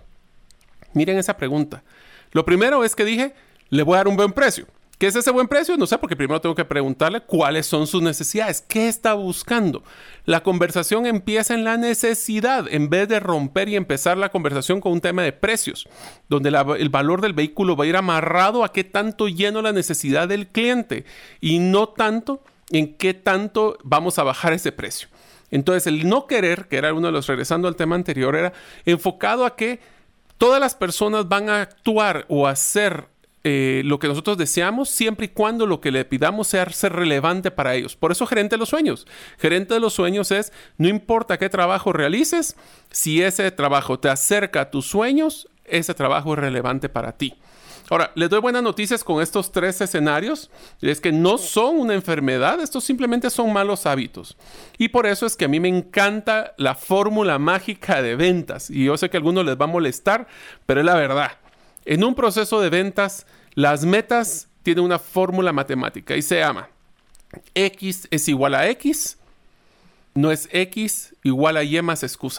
Miren esa pregunta. Lo primero es que dije, le voy a dar un buen precio. ¿Qué es ese buen precio? No sé, porque primero tengo que preguntarle cuáles son sus necesidades. ¿Qué está buscando? La conversación empieza en la necesidad, en vez de romper y empezar la conversación con un tema de precios, donde la, el valor del vehículo va a ir amarrado a qué tanto lleno la necesidad del cliente y no tanto en qué tanto vamos a bajar ese precio. Entonces, el no querer, que era uno de los, regresando al tema anterior, era enfocado a que todas las personas van a actuar o hacer Eh, lo que nosotros deseamos siempre y cuando lo que le pidamos sea ser relevante para ellos. Por eso gerente de los sueños. Gerente de los sueños es, no importa qué trabajo realices, si ese trabajo te acerca a tus sueños, ese trabajo es relevante para ti. Ahora, les doy buenas noticias con estos tres escenarios. Es que no son una enfermedad, estos simplemente son malos hábitos. Y por eso es que a mí me encanta la fórmula mágica de ventas. Y yo sé que a algunos les va a molestar, pero es la verdad. En un proceso de ventas, las metas tienen una fórmula matemática y se llama X es igual a X, no es X igual a Y más excusas.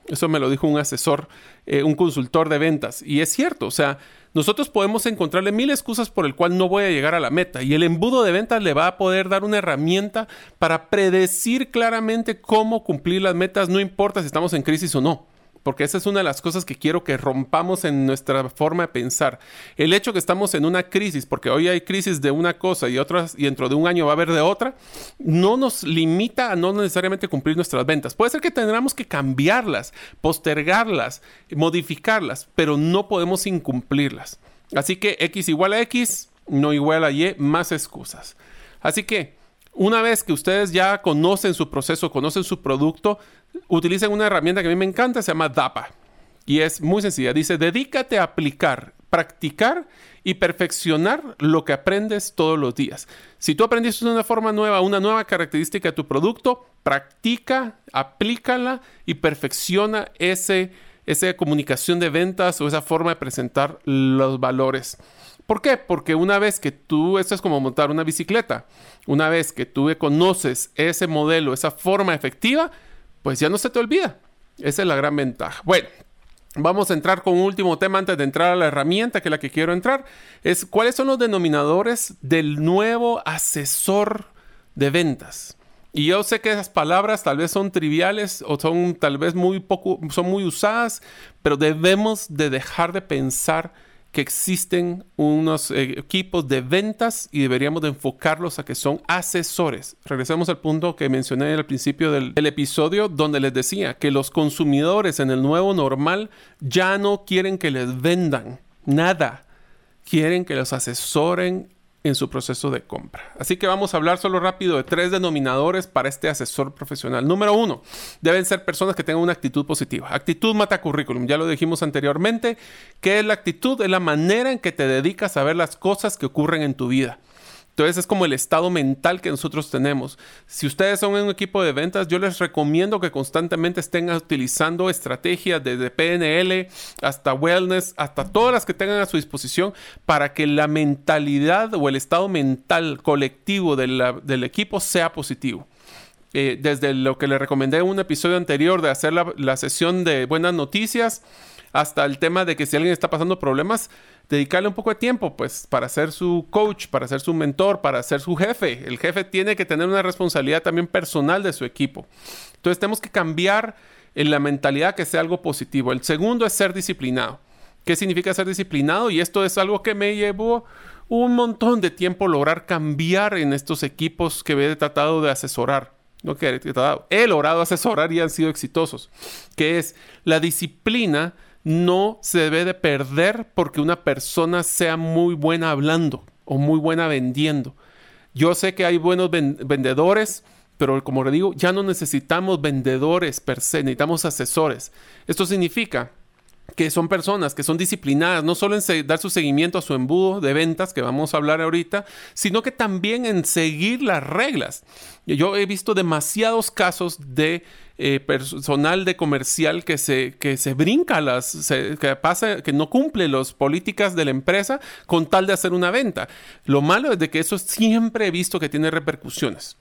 Eso me lo dijo un asesor, eh, un consultor de ventas. Y es cierto, o sea, nosotros podemos encontrarle mil excusas por el cual no voy a llegar a la meta. Y el embudo de ventas le va a poder dar una herramienta para predecir claramente cómo cumplir las metas, no importa si estamos en crisis o no. Porque esa es una de las cosas que quiero que rompamos en nuestra forma de pensar. El hecho que estamos en una crisis, porque hoy hay crisis de una cosa y otras, y dentro de un año va a haber de otra, no nos limita a no necesariamente cumplir nuestras ventas. Puede ser que tendremos que cambiarlas, postergarlas, modificarlas, pero no podemos incumplirlas. Así que X igual a X, no igual a Y, más excusas. Así que una vez que ustedes ya conocen su proceso, conocen su producto, utilicen una herramienta que a mí me encanta, se llama D A P A. Y es muy sencilla. Dice, dedícate a aplicar, practicar y perfeccionar lo que aprendes todos los días. Si tú aprendiste una forma nueva, una nueva característica de tu producto, practica, aplícala y perfecciona ese, esa comunicación de ventas o esa forma de presentar los valores. ¿Por qué? Porque una vez que tú, esto es como montar una bicicleta, una vez que tú conoces ese modelo, esa forma efectiva, pues ya no se te olvida. Esa es la gran ventaja. Bueno, vamos a entrar con un último tema antes de entrar a la herramienta, que es la que quiero entrar. Es cuáles son los denominadores del nuevo asesor de ventas. Y yo sé que esas palabras tal vez son triviales o son tal vez muy poco, son muy usadas, pero debemos de dejar de pensar que existen unos eh, equipos de ventas y deberíamos de enfocarlos a que son asesores. Regresemos al punto que mencioné al principio del, del episodio, donde les decía que los consumidores en el nuevo normal ya no quieren que les vendan nada. Quieren que los asesoren en su proceso de compra. Así que vamos a hablar solo rápido de tres denominadores para este asesor profesional. Número uno, deben ser personas que tengan una actitud positiva. Actitud mata currículum. Ya lo dijimos anteriormente. ¿Qué es la actitud? Es la manera en que te dedicas a ver las cosas que ocurren en tu vida. Entonces es como el estado mental que nosotros tenemos. Si ustedes son un equipo de ventas, yo les recomiendo que constantemente estén utilizando estrategias desde P N L hasta wellness, hasta todas las que tengan a su disposición para que la mentalidad o el estado mental colectivo de la, del equipo sea positivo. Eh, desde lo que les recomendé en un episodio anterior de hacer la, la sesión de buenas noticias hasta el tema de que si alguien está pasando problemas, dedicarle un poco de tiempo, pues, para ser su coach, para ser su mentor, para ser su jefe. El jefe tiene que tener una responsabilidad también personal de su equipo. Entonces, tenemos que cambiar en la mentalidad que sea algo positivo. El segundo es ser disciplinado. ¿Qué significa ser disciplinado? Y esto es algo que me llevó un montón de tiempo lograr cambiar en estos equipos que he tratado de asesorar. No que he tratado, he logrado asesorar y han sido exitosos. Que es la disciplina. No se debe de perder porque una persona sea muy buena hablando o muy buena vendiendo. Yo sé que hay buenos ven- vendedores, pero como le digo, ya no necesitamos vendedores per se, necesitamos asesores. Esto significa que son personas que son disciplinadas, no solo en se- dar su seguimiento a su embudo de ventas, que vamos a hablar ahorita, sino que también en seguir las reglas. Yo he visto demasiados casos de eh, personal de comercial que se, que se brinca las, se, que pasa, que no cumple las políticas de la empresa con tal de hacer una venta. Lo malo es de que eso siempre he visto que tiene repercusiones.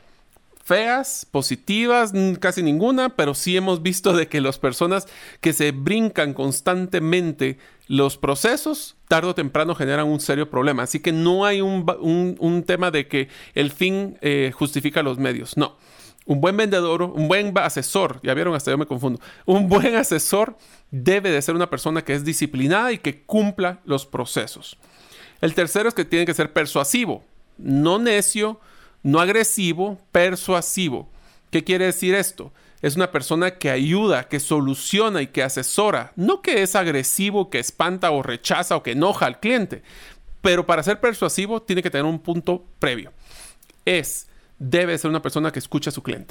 Feas, positivas, casi ninguna, pero sí hemos visto de que las personas que se brincan constantemente los procesos, tarde o temprano generan un serio problema. Así que no hay un, un, un tema de que el fin eh, justifica los medios. No. Un buen vendedor, un buen asesor, ya vieron, hasta yo me confundo. Un buen asesor debe de ser una persona que es disciplinada y que cumpla los procesos. El tercero es que tiene que ser persuasivo, no necio, no agresivo, persuasivo. ¿Qué quiere decir esto? Es una persona que ayuda, que soluciona y que asesora. No que es agresivo, que espanta o rechaza o que enoja al cliente. Pero para ser persuasivo tiene que tener un punto previo. Es, debe ser una persona que escucha a su cliente.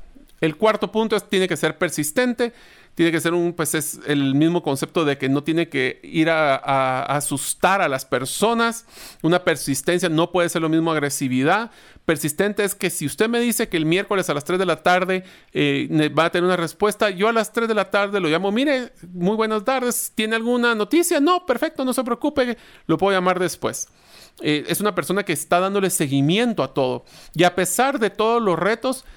El cuarto punto es, tiene que ser persistente. Tiene que ser un, pues es el mismo concepto de que no tiene que ir a, a, a asustar a las personas. Una persistencia no puede ser lo mismo agresividad. Persistente es que si usted me dice que el miércoles a las tres de la tarde eh, va a tener una respuesta, yo a las tres de la tarde lo llamo, mire, muy buenas tardes, ¿tiene alguna noticia? No, perfecto, no se preocupe, lo puedo llamar después. Eh, es una persona que está dándole seguimiento a todo. Y a pesar de todos los retos,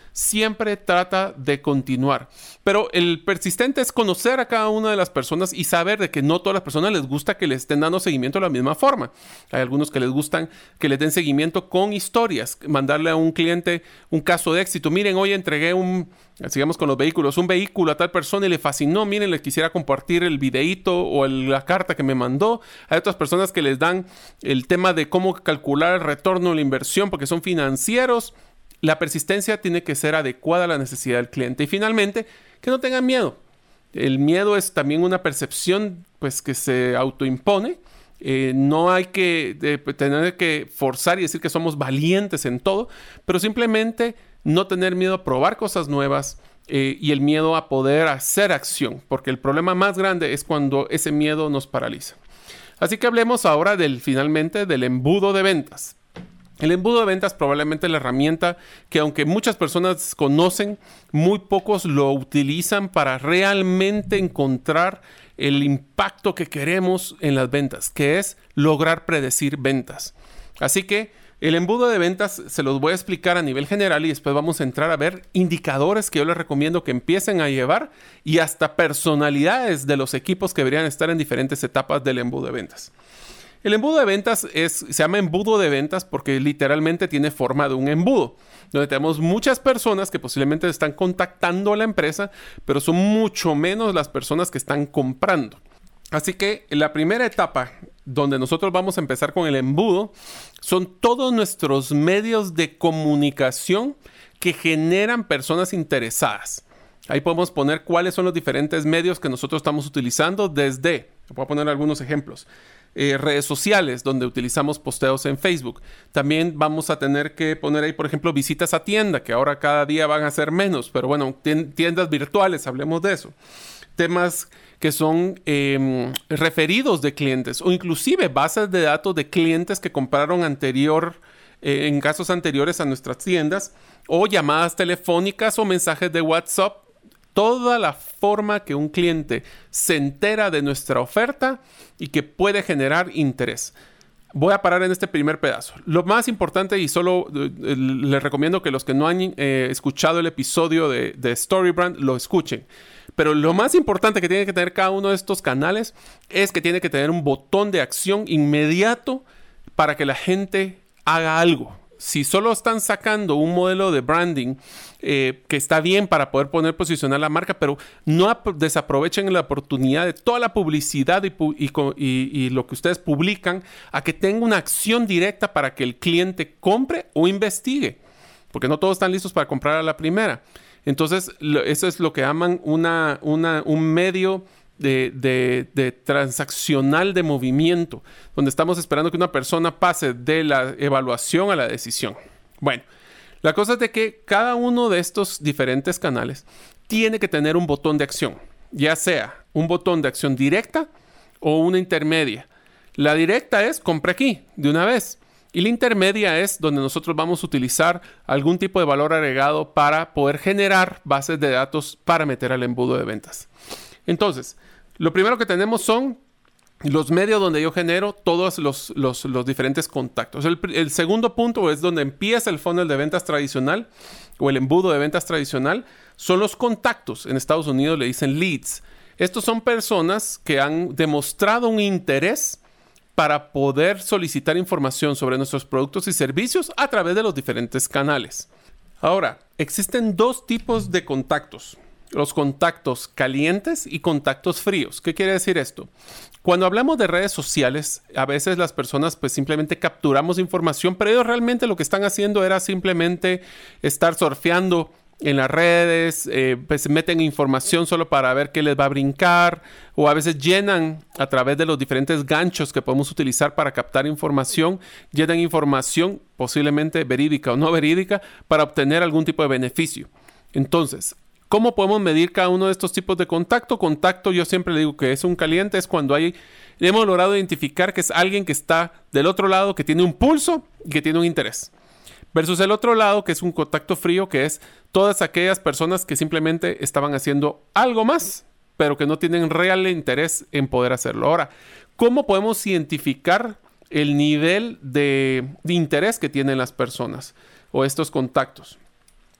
siempre trata de continuar. Pero el persistente es conocer a cada una de las personas y saber de que no todas las personas les gusta que les estén dando seguimiento de la misma forma. Hay algunos que les gustan que les den seguimiento con historias, mandarle a un cliente un caso de éxito. Miren, hoy entregué un, sigamos con los vehículos, un vehículo a tal persona y le fascinó. Miren, les quisiera compartir el videíto o el, la carta que me mandó. Hay otras personas que les dan el tema de cómo calcular el retorno de la inversión porque son financieros. La persistencia tiene que ser adecuada a la necesidad del cliente. Y finalmente, que no tengan miedo. El miedo es también una percepción pues, que se autoimpone. Eh, no hay que de, tener que forzar y decir que somos valientes en todo, pero simplemente no tener miedo a probar cosas nuevas eh, y el miedo a poder hacer acción, porque el problema más grande es cuando ese miedo nos paraliza. Así que hablemos ahora del, finalmente del embudo de ventas. El embudo de ventas probablemente es la herramienta que, aunque muchas personas conocen, muy pocos lo utilizan para realmente encontrar el impacto que queremos en las ventas, que es lograr predecir ventas. Así que el embudo de ventas se los voy a explicar a nivel general y después vamos a entrar a ver indicadores que yo les recomiendo que empiecen a llevar y hasta personalidades de los equipos que deberían estar en diferentes etapas del embudo de ventas. El embudo de ventas es, se llama embudo de ventas porque literalmente tiene forma de un embudo, donde tenemos muchas personas que posiblemente están contactando a la empresa, pero son mucho menos las personas que están comprando. Así que la primera etapa donde nosotros vamos a empezar con el embudo son todos nuestros medios de comunicación que generan personas interesadas. Ahí podemos poner cuáles son los diferentes medios que nosotros estamos utilizando desde, voy a poner algunos ejemplos. Eh, redes sociales donde utilizamos posteos en Facebook. También vamos a tener que poner ahí, por ejemplo, visitas a tienda, que ahora cada día van a ser menos, pero bueno, tiendas virtuales, hablemos de eso. Temas que son eh, referidos de clientes o inclusive bases de datos de clientes que compraron anterior, eh, en casos anteriores a nuestras tiendas, o llamadas telefónicas o mensajes de WhatsApp. Toda la forma que un cliente se entera de nuestra oferta y que puede generar interés. Voy a parar en este primer pedazo. Lo más importante, y solo eh, les recomiendo que los que no han eh, escuchado el episodio de, de StoryBrand lo escuchen. Pero lo más importante que tiene que tener cada uno de estos canales es que tiene que tener un botón de acción inmediato para que la gente haga algo. Si solo están sacando un modelo de branding eh, que está bien para poder poner, posicionar la marca, pero no desaprovechen la oportunidad de toda la publicidad y, y, y, y lo que ustedes publican a que tenga una acción directa para que el cliente compre o investigue. Porque no todos están listos para comprar a la primera. Entonces, lo, eso es lo que llaman una, una, un medio De, de, de transaccional de movimiento, donde estamos esperando que una persona pase de la evaluación a la decisión. Bueno, la cosa es de que cada uno de estos diferentes canales tiene que tener un botón de acción, ya sea un botón de acción directa o una intermedia. La directa es compra aquí de una vez y la intermedia es donde nosotros vamos a utilizar algún tipo de valor agregado para poder generar bases de datos para meter al embudo de ventas. Entonces, lo primero que tenemos son los medios donde yo genero todos los, los, los diferentes contactos. El, el segundo punto es donde empieza el funnel de ventas tradicional o el embudo de ventas tradicional. Son los contactos. En Estados Unidos le dicen leads. Estos son personas que han demostrado un interés para poder solicitar información sobre nuestros productos y servicios a través de los diferentes canales. Ahora, existen dos tipos de contactos. Los contactos calientes y contactos fríos. ¿Qué quiere decir esto? Cuando hablamos de redes sociales, a veces las personas pues simplemente capturamos información, pero ellos realmente lo que están haciendo era simplemente estar surfeando en las redes, eh, pues meten información solo para ver qué les va a brincar, o a veces llenan a través de los diferentes ganchos que podemos utilizar para captar información, llenan información posiblemente verídica o no verídica para obtener algún tipo de beneficio. Entonces, ¿cómo podemos medir cada uno de estos tipos de contacto? Contacto, yo siempre le digo que es un caliente, es cuando hay, hemos logrado identificar que es alguien que está del otro lado, que tiene un pulso y que tiene un interés. Versus el otro lado, que es un contacto frío, que es todas aquellas personas que simplemente estaban haciendo algo más, pero que no tienen real interés en poder hacerlo. Ahora, ¿cómo podemos identificar el nivel de, de interés que tienen las personas o estos contactos?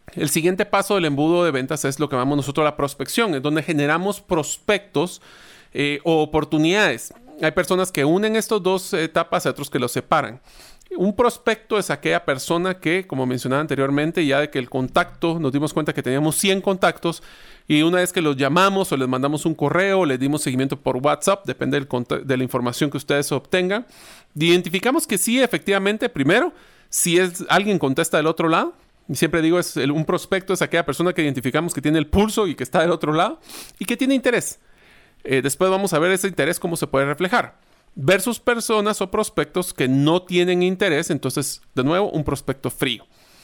El siguiente paso del embudo de ventas es lo que llamamos nosotros la prospección, es donde generamos prospectos eh, o oportunidades. Hay personas que unen estas dos etapas y otros que los separan. Un prospecto es aquella persona que, como mencionaba anteriormente, ya de que el contacto, nos dimos cuenta que teníamos cien contactos y una vez que los llamamos o les mandamos un correo o les dimos seguimiento por WhatsApp, depende del de la información que ustedes obtengan, identificamos que sí, efectivamente, primero, si es alguien contesta del otro lado. Y siempre digo, es el, un prospecto es aquella persona que identificamos que tiene el pulso y que está del otro lado y que tiene interés. Eh, después vamos a ver ese interés cómo se puede reflejar. Versus personas o prospectos que no tienen interés, entonces, de nuevo, un prospecto frío.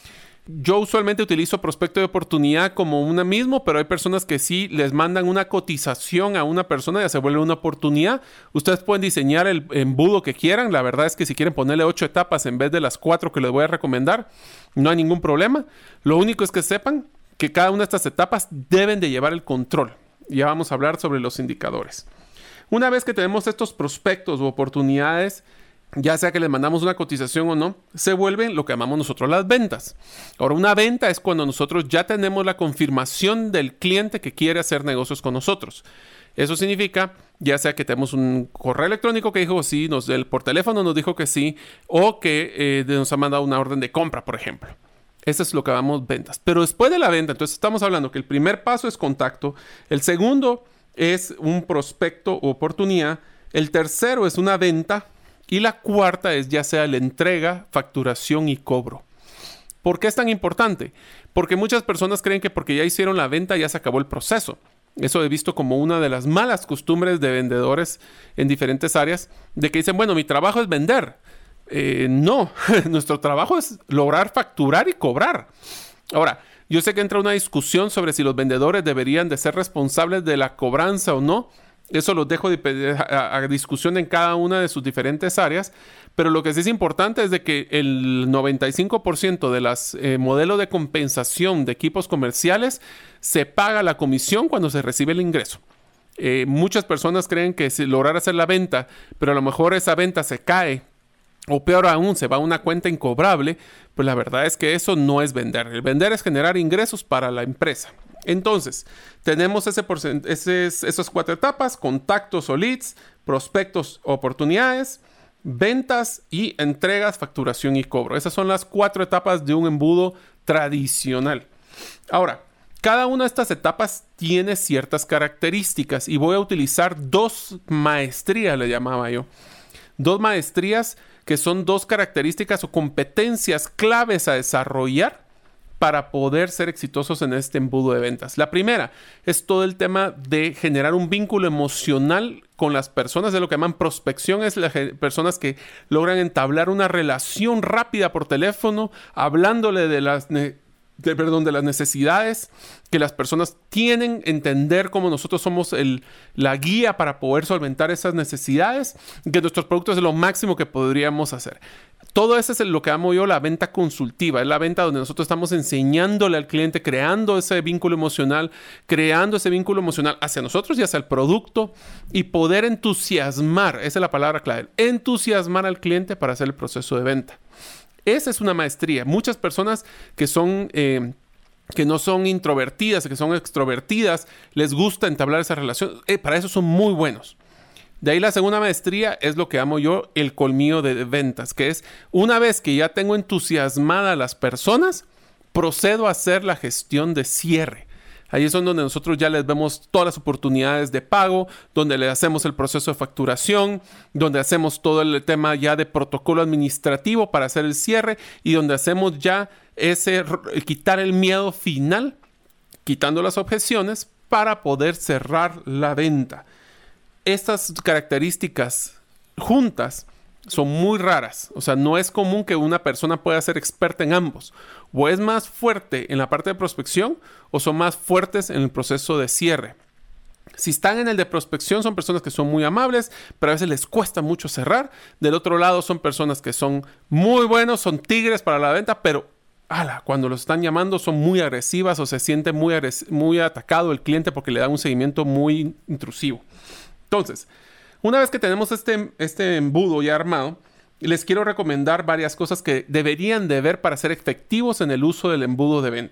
Yo usualmente utilizo prospecto de oportunidad como una mismo, pero hay personas que sí les mandan una cotización a una persona y ya se vuelve una oportunidad. Ustedes pueden diseñar el embudo que quieran. La verdad es que si quieren ponerle ocho etapas en vez de las cuatro que les voy a recomendar, no hay ningún problema. Lo único es que sepan que cada una de estas etapas deben de llevar el control. Ya vamos a hablar sobre los indicadores. Una vez que tenemos estos prospectos u oportunidades, ya sea que les mandamos una cotización o no, se vuelven lo que llamamos nosotros las ventas. Ahora, una venta es cuando nosotros ya tenemos la confirmación del cliente que quiere hacer negocios con nosotros. Eso significa, ya sea que tenemos un correo electrónico que dijo sí, nos, el, por teléfono nos dijo que sí, o que eh, nos ha mandado una orden de compra, por ejemplo. Eso es lo que llamamos ventas. Pero después de la venta, entonces estamos hablando que el primer paso es contacto, el segundo es un prospecto o oportunidad, el tercero es una venta, y la cuarta es ya sea la entrega, facturación y cobro. ¿Por qué es tan importante? Porque muchas personas creen que porque ya hicieron la venta ya se acabó el proceso. Eso he visto como una de las malas costumbres de vendedores en diferentes áreas, de que dicen, bueno, mi trabajo es vender. Eh, no, nuestro trabajo es lograr facturar y cobrar. Ahora, yo sé que entra una discusión sobre si los vendedores deberían de ser responsables de la cobranza o no. Eso los dejo de, a, a discusión en cada una de sus diferentes áreas, pero lo que sí es importante es de que el noventa y cinco por ciento de los eh, modelos de compensación de equipos comerciales se paga la comisión cuando se recibe el ingreso. Eh, muchas personas creen que si lograr hacer la venta, pero a lo mejor esa venta se cae, o peor aún, se va a una cuenta incobrable, pues la verdad es que eso no es vender. El vender es generar ingresos para la empresa. Entonces, tenemos ese porcent- ese, esas cuatro etapas: contactos o leads, prospectos, oportunidades, ventas y entregas, facturación y cobro. Esas son las cuatro etapas de un embudo tradicional. Ahora, cada una de estas etapas tiene ciertas características y voy a utilizar dos maestrías, le llamaba yo. Dos maestrías que son dos características o competencias claves a desarrollar para poder ser exitosos en este embudo de ventas. La primera es todo el tema de generar un vínculo emocional con las personas, de lo que llaman prospección, es las personas que logran entablar una relación rápida por teléfono, hablándole de las, de, perdón, de las necesidades que las personas tienen, entender cómo nosotros somos el, la guía para poder solventar esas necesidades, que nuestros productos es lo máximo que podríamos hacer. Todo eso es lo que llamo yo la venta consultiva. Es la venta donde nosotros estamos enseñándole al cliente, creando ese vínculo emocional, creando ese vínculo emocional hacia nosotros y hacia el producto y poder entusiasmar, esa es la palabra clave, entusiasmar al cliente para hacer el proceso de venta. Esa es una maestría. Muchas personas que son... Eh, que no son introvertidas, que son extrovertidas, les gusta entablar esa relación. Eh, para eso son muy buenos. De ahí la segunda maestría es lo que llamo yo el colmillo de ventas, que es una vez que ya tengo entusiasmada a las personas, procedo a hacer la gestión de cierre. Ahí es donde nosotros ya les vemos todas las oportunidades de pago, donde le hacemos el proceso de facturación, donde hacemos todo el tema ya de protocolo administrativo para hacer el cierre y donde hacemos ya ese quitar el miedo final, quitando las objeciones para poder cerrar la venta. Estas características juntas son muy raras. O sea, no es común que una persona pueda ser experta en ambos. O es más fuerte en la parte de prospección o son más fuertes en el proceso de cierre. Si están en el de prospección, son personas que son muy amables, pero a veces les cuesta mucho cerrar. Del otro lado, son personas que son muy buenos, son tigres para la venta, pero ala, cuando los están llamando son muy agresivas o se siente muy, agres- muy atacado el cliente porque le dan un seguimiento muy intrusivo. Entonces, una vez que tenemos este, este embudo ya armado, les quiero recomendar varias cosas que deberían de ver para ser efectivos en el uso del embudo de ventas.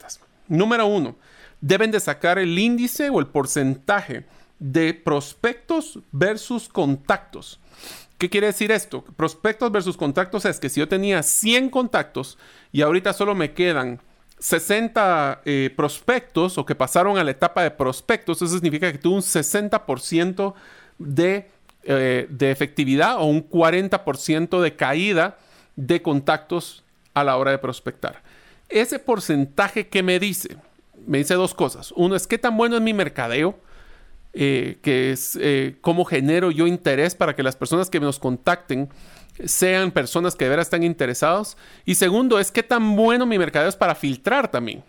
Número uno, deben de sacar el índice o el porcentaje de prospectos versus contactos. ¿Qué quiere decir esto? Prospectos versus contactos es que si yo tenía cien contactos y ahorita solo me quedan sesenta eh, prospectos o que pasaron a la etapa de prospectos, eso significa que tuve un sesenta por ciento de, eh, de efectividad o un cuarenta por ciento de caída de contactos a la hora de prospectar. Ese porcentaje, ¿qué me dice? Me dice dos cosas. Uno es qué tan bueno es mi mercadeo, eh, que es eh, cómo genero yo interés para que las personas que nos contacten sean personas que de veras están interesados. Y segundo es qué tan bueno mi mercadeo es para filtrar también.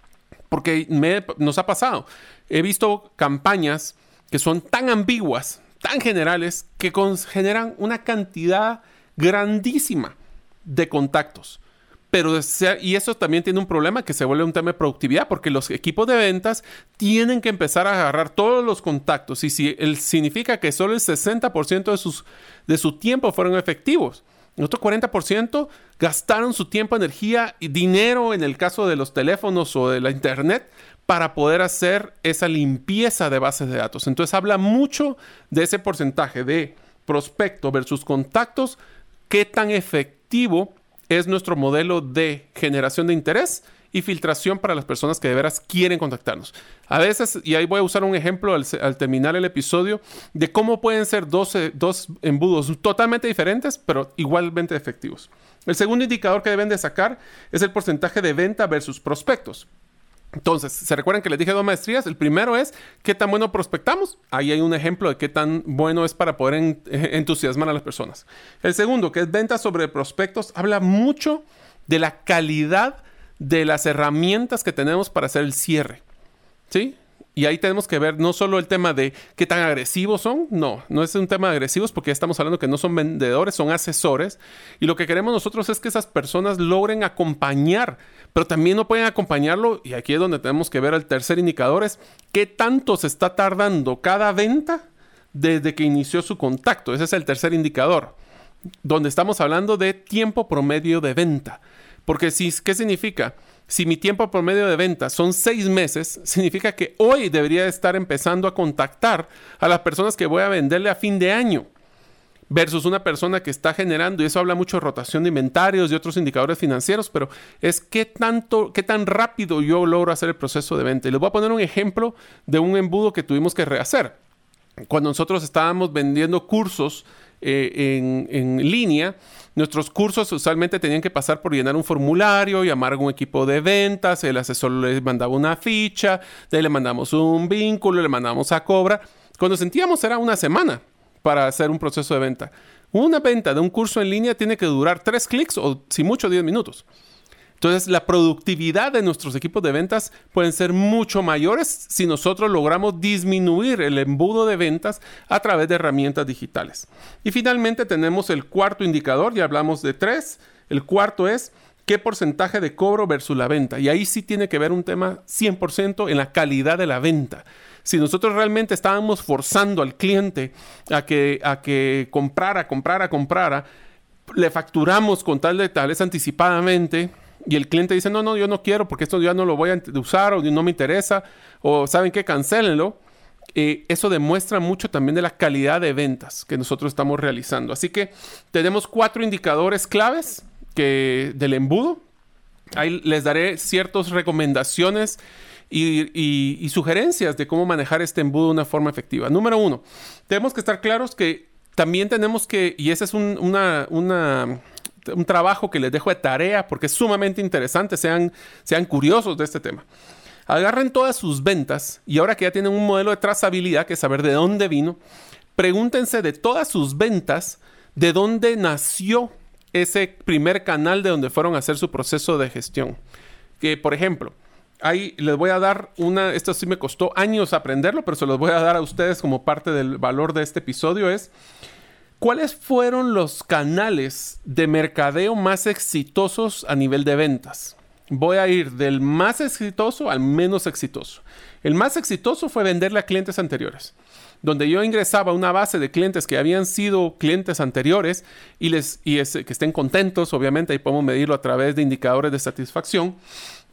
Porque me, nos ha pasado. He visto campañas que son tan ambiguas, tan generales, que con, generan una cantidad grandísima de contactos. Pero, y eso también tiene un problema que se vuelve un tema de productividad, porque los equipos de ventas tienen que empezar a agarrar todos los contactos. Y si el, significa que solo el sesenta por ciento de, sus, de su tiempo fueron efectivos. El otro cuarenta por ciento gastaron su tiempo, energía y dinero, en el caso de los teléfonos o de la internet, para poder hacer esa limpieza de bases de datos. Entonces habla mucho de ese porcentaje de prospecto versus contactos, qué tan efectivo es nuestro modelo de generación de interés y filtración para las personas que de veras quieren contactarnos. A veces, y ahí voy a usar un ejemplo al, al terminar el episodio, de cómo pueden ser dos, eh, dos embudos totalmente diferentes, pero igualmente efectivos. El segundo indicador que deben de sacar es el porcentaje de venta versus prospectos. Entonces, ¿se recuerdan que les dije dos maestrías? El primero es qué tan bueno prospectamos. Ahí hay un ejemplo de qué tan bueno es para poder en, entusiasmar a las personas. El segundo, que es venta sobre prospectos, habla mucho de la calidad de las herramientas que tenemos para hacer el cierre. ¿Sí? Y ahí tenemos que ver no solo el tema de qué tan agresivos son. No, no es un tema de agresivos porque ya estamos hablando que no son vendedores, son asesores. Y lo que queremos nosotros es que esas personas logren acompañar, pero también no pueden acompañarlo. Y aquí es donde tenemos que ver el tercer indicador, es qué tanto se está tardando cada venta desde que inició su contacto. Ese es el tercer indicador, donde estamos hablando de tiempo promedio de venta. Porque si, ¿qué significa? Si mi tiempo promedio de venta son seis meses, significa que hoy debería estar empezando a contactar a las personas que voy a venderle a fin de año, versus una persona que está generando, y eso habla mucho de rotación de inventarios y otros indicadores financieros, pero es qué tanto, qué tan rápido yo logro hacer el proceso de venta. Y les voy a poner un ejemplo de un embudo que tuvimos que rehacer. Cuando nosotros estábamos vendiendo cursos eh, en, en línea, nuestros cursos usualmente tenían que pasar por llenar un formulario, llamar a un equipo de ventas, el asesor le mandaba una ficha, de ahí le mandamos un vínculo, le mandamos a cobra. Cuando sentíamos era una semana para hacer un proceso de venta. Una venta de un curso en línea tiene que durar tres clics o si mucho diez minutos. Entonces, la productividad de nuestros equipos de ventas pueden ser mucho mayores si nosotros logramos disminuir el embudo de ventas a través de herramientas digitales. Y finalmente tenemos el cuarto indicador, ya hablamos de tres. El cuarto es qué porcentaje de cobro versus la venta. Y ahí sí tiene que ver un tema cien por ciento en la calidad de la venta. Si nosotros realmente estábamos forzando al cliente a que, a que comprara, comprara, comprara, le facturamos con tal de tal vez anticipadamente, y el cliente dice, no, no, yo no quiero porque esto ya no lo voy a usar o no me interesa, o ¿saben qué? Cancélenlo. Eh, eso demuestra mucho también de la calidad de ventas que nosotros estamos realizando. Así que tenemos cuatro indicadores claves que, del embudo. Ahí les daré ciertas recomendaciones y, y, y sugerencias de cómo manejar este embudo de una forma efectiva. Número uno, tenemos que estar claros que también tenemos que, y ese es un, una... una un trabajo que les dejo de tarea porque es sumamente interesante, sean, sean curiosos de este tema. Agarren todas sus ventas y ahora que ya tienen un modelo de trazabilidad, que es saber de dónde vino, pregúntense de todas sus ventas, de dónde nació ese primer canal de donde fueron a hacer su proceso de gestión. Que, por ejemplo, ahí les voy a dar una, esto sí me costó años aprenderlo, pero se los voy a dar a ustedes como parte del valor de este episodio, es ¿cuáles fueron los canales de mercadeo más exitosos a nivel de ventas? Voy a ir del más exitoso al menos exitoso. El más exitoso fue venderle a clientes anteriores, donde yo ingresaba una base de clientes que habían sido clientes anteriores y, les, y es, que estén contentos, obviamente, ahí podemos medirlo a través de indicadores de satisfacción.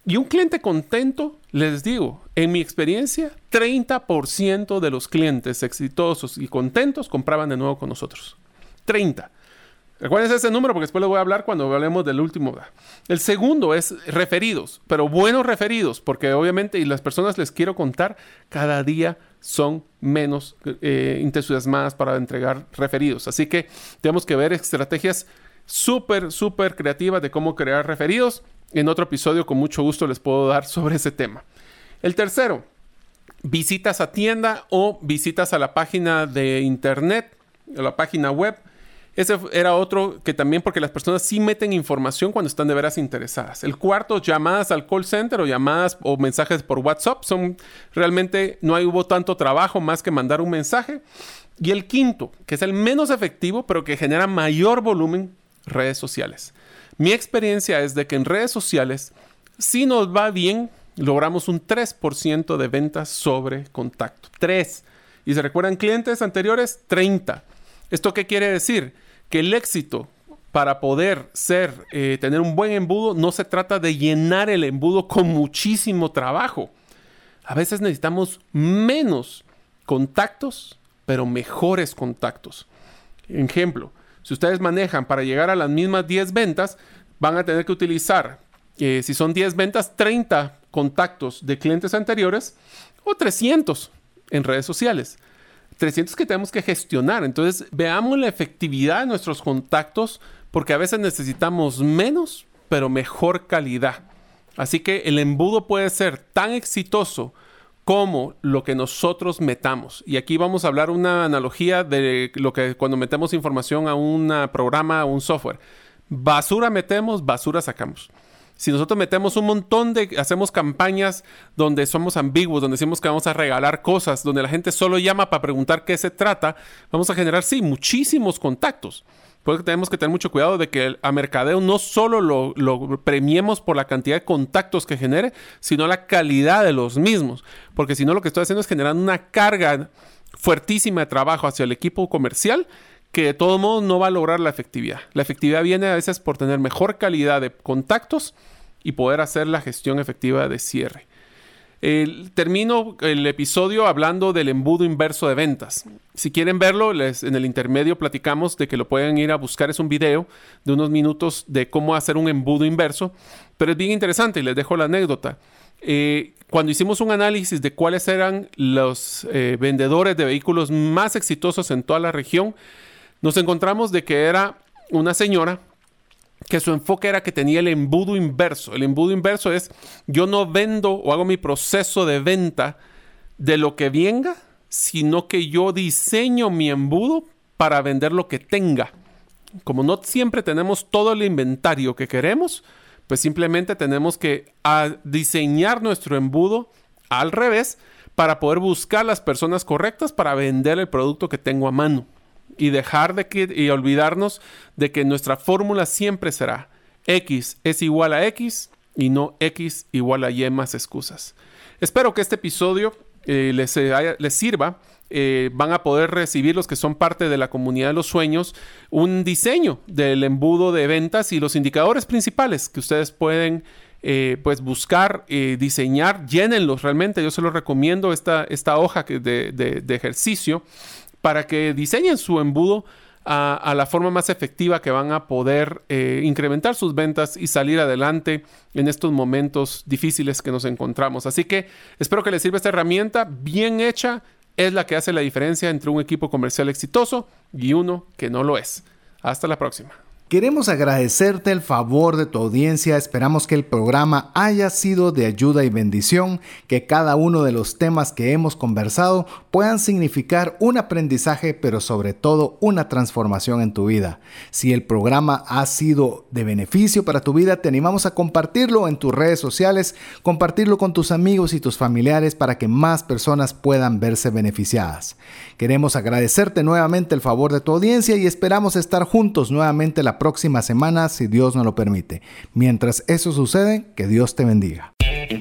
Y un cliente contento, les digo, en mi experiencia, treinta por ciento de los clientes exitosos y contentos compraban de nuevo con nosotros. treinta. Recuerden ese número porque después les voy a hablar cuando hablemos del último. El segundo es referidos, pero buenos referidos, porque obviamente, y las personas les quiero contar, cada día son menos eh, entusiasmadas para entregar referidos. Así que tenemos que ver estrategias súper, súper creativas de cómo crear referidos. En otro episodio con mucho gusto les puedo dar sobre ese tema. El tercero, visitas a tienda o visitas a la página de internet, a la página web. Ese era otro que también, porque las personas sí meten información cuando están de veras interesadas. El cuarto, llamadas al call center o llamadas o mensajes por WhatsApp. Son realmente, no hay, hubo tanto trabajo más que mandar un mensaje. Y el quinto, que es el menos efectivo, pero que genera mayor volumen, redes sociales. Mi experiencia es de que en redes sociales, si nos va bien, logramos un tres por ciento de ventas sobre contacto. tres. Y se recuerdan clientes anteriores, treinta. ¿Esto qué quiere decir? Que el éxito para poder ser, eh, tener un buen embudo, no se trata de llenar el embudo con muchísimo trabajo. A veces necesitamos menos contactos, pero mejores contactos. Ejemplo, si ustedes manejan para llegar a las mismas diez ventas, van a tener que utilizar, eh, si son diez ventas, treinta contactos de clientes anteriores o trescientos en redes sociales. trescientos que tenemos que gestionar. Entonces, veamos la efectividad de nuestros contactos, porque a veces necesitamos menos, pero mejor calidad. Así que el embudo puede ser tan exitoso como lo que nosotros metamos. Y aquí vamos a hablar una analogía de lo que cuando metemos información a un programa, a un software. Basura metemos, basura sacamos. Si nosotros metemos un montón de, hacemos campañas donde somos ambiguos, donde decimos que vamos a regalar cosas, donde la gente solo llama para preguntar qué se trata, vamos a generar, sí, muchísimos contactos. Por eso tenemos que tener mucho cuidado de que a mercadeo no solo lo, lo premiemos por la cantidad de contactos que genere, sino la calidad de los mismos. Porque si no, lo que estoy haciendo es generar una carga fuertísima de trabajo hacia el equipo comercial, que de todo modo no va a lograr la efectividad. La efectividad viene a veces por tener mejor calidad de contactos y poder hacer la gestión efectiva de cierre. Eh, termino el episodio hablando del embudo inverso de ventas. Si quieren verlo, les, en el intermedio platicamos de que lo pueden ir a buscar. Es un video de unos minutos de cómo hacer un embudo inverso, pero es bien interesante y les dejo la anécdota. Eh, cuando hicimos un análisis de cuáles eran los eh, vendedores de vehículos más exitosos en toda la región, nos encontramos de que era una señora que su enfoque era que tenía el embudo inverso. El embudo inverso es, yo no vendo o hago mi proceso de venta de lo que venga, sino que yo diseño mi embudo para vender lo que tenga. Como no siempre tenemos todo el inventario que queremos, pues simplemente tenemos que a, diseñar nuestro embudo al revés para poder buscar las personas correctas para vender el producto que tengo a mano. Y dejar de que, y olvidarnos de que nuestra fórmula siempre será X es igual a X y no X igual a Y más excusas. Espero que este episodio eh, les, eh, les sirva. Eh, van a poder recibir, los que son parte de la comunidad de los sueños, un diseño del embudo de ventas y los indicadores principales que ustedes pueden eh, pues buscar, eh, diseñar. Llénenlos realmente. Yo se los recomiendo esta, esta hoja que de, de, de ejercicio, para que diseñen su embudo a, a la forma más efectiva que van a poder eh, incrementar sus ventas y salir adelante en estos momentos difíciles que nos encontramos. Así que espero que les sirva esta herramienta. Bien hecha es la que hace la diferencia entre un equipo comercial exitoso y uno que no lo es. Hasta la próxima. Queremos agradecerte el favor de tu audiencia. Esperamos que el programa haya sido de ayuda y bendición, que cada uno de los temas que hemos conversado puedan significar un aprendizaje, pero sobre todo una transformación en tu vida. Si el programa ha sido de beneficio para tu vida, te animamos a compartirlo en tus redes sociales, compartirlo con tus amigos y tus familiares para que más personas puedan verse beneficiadas. Queremos agradecerte nuevamente el favor de tu audiencia y esperamos estar juntos nuevamente la próxima semana, si Dios nos lo permite. Mientras eso sucede, que Dios te bendiga.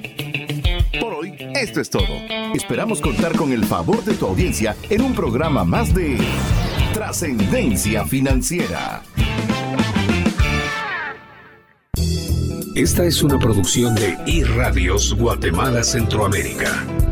Por hoy, esto es todo. Esperamos contar con el favor de tu audiencia en un programa más de Trascendencia Financiera. Esta es una producción de iRadios Guatemala Centroamérica.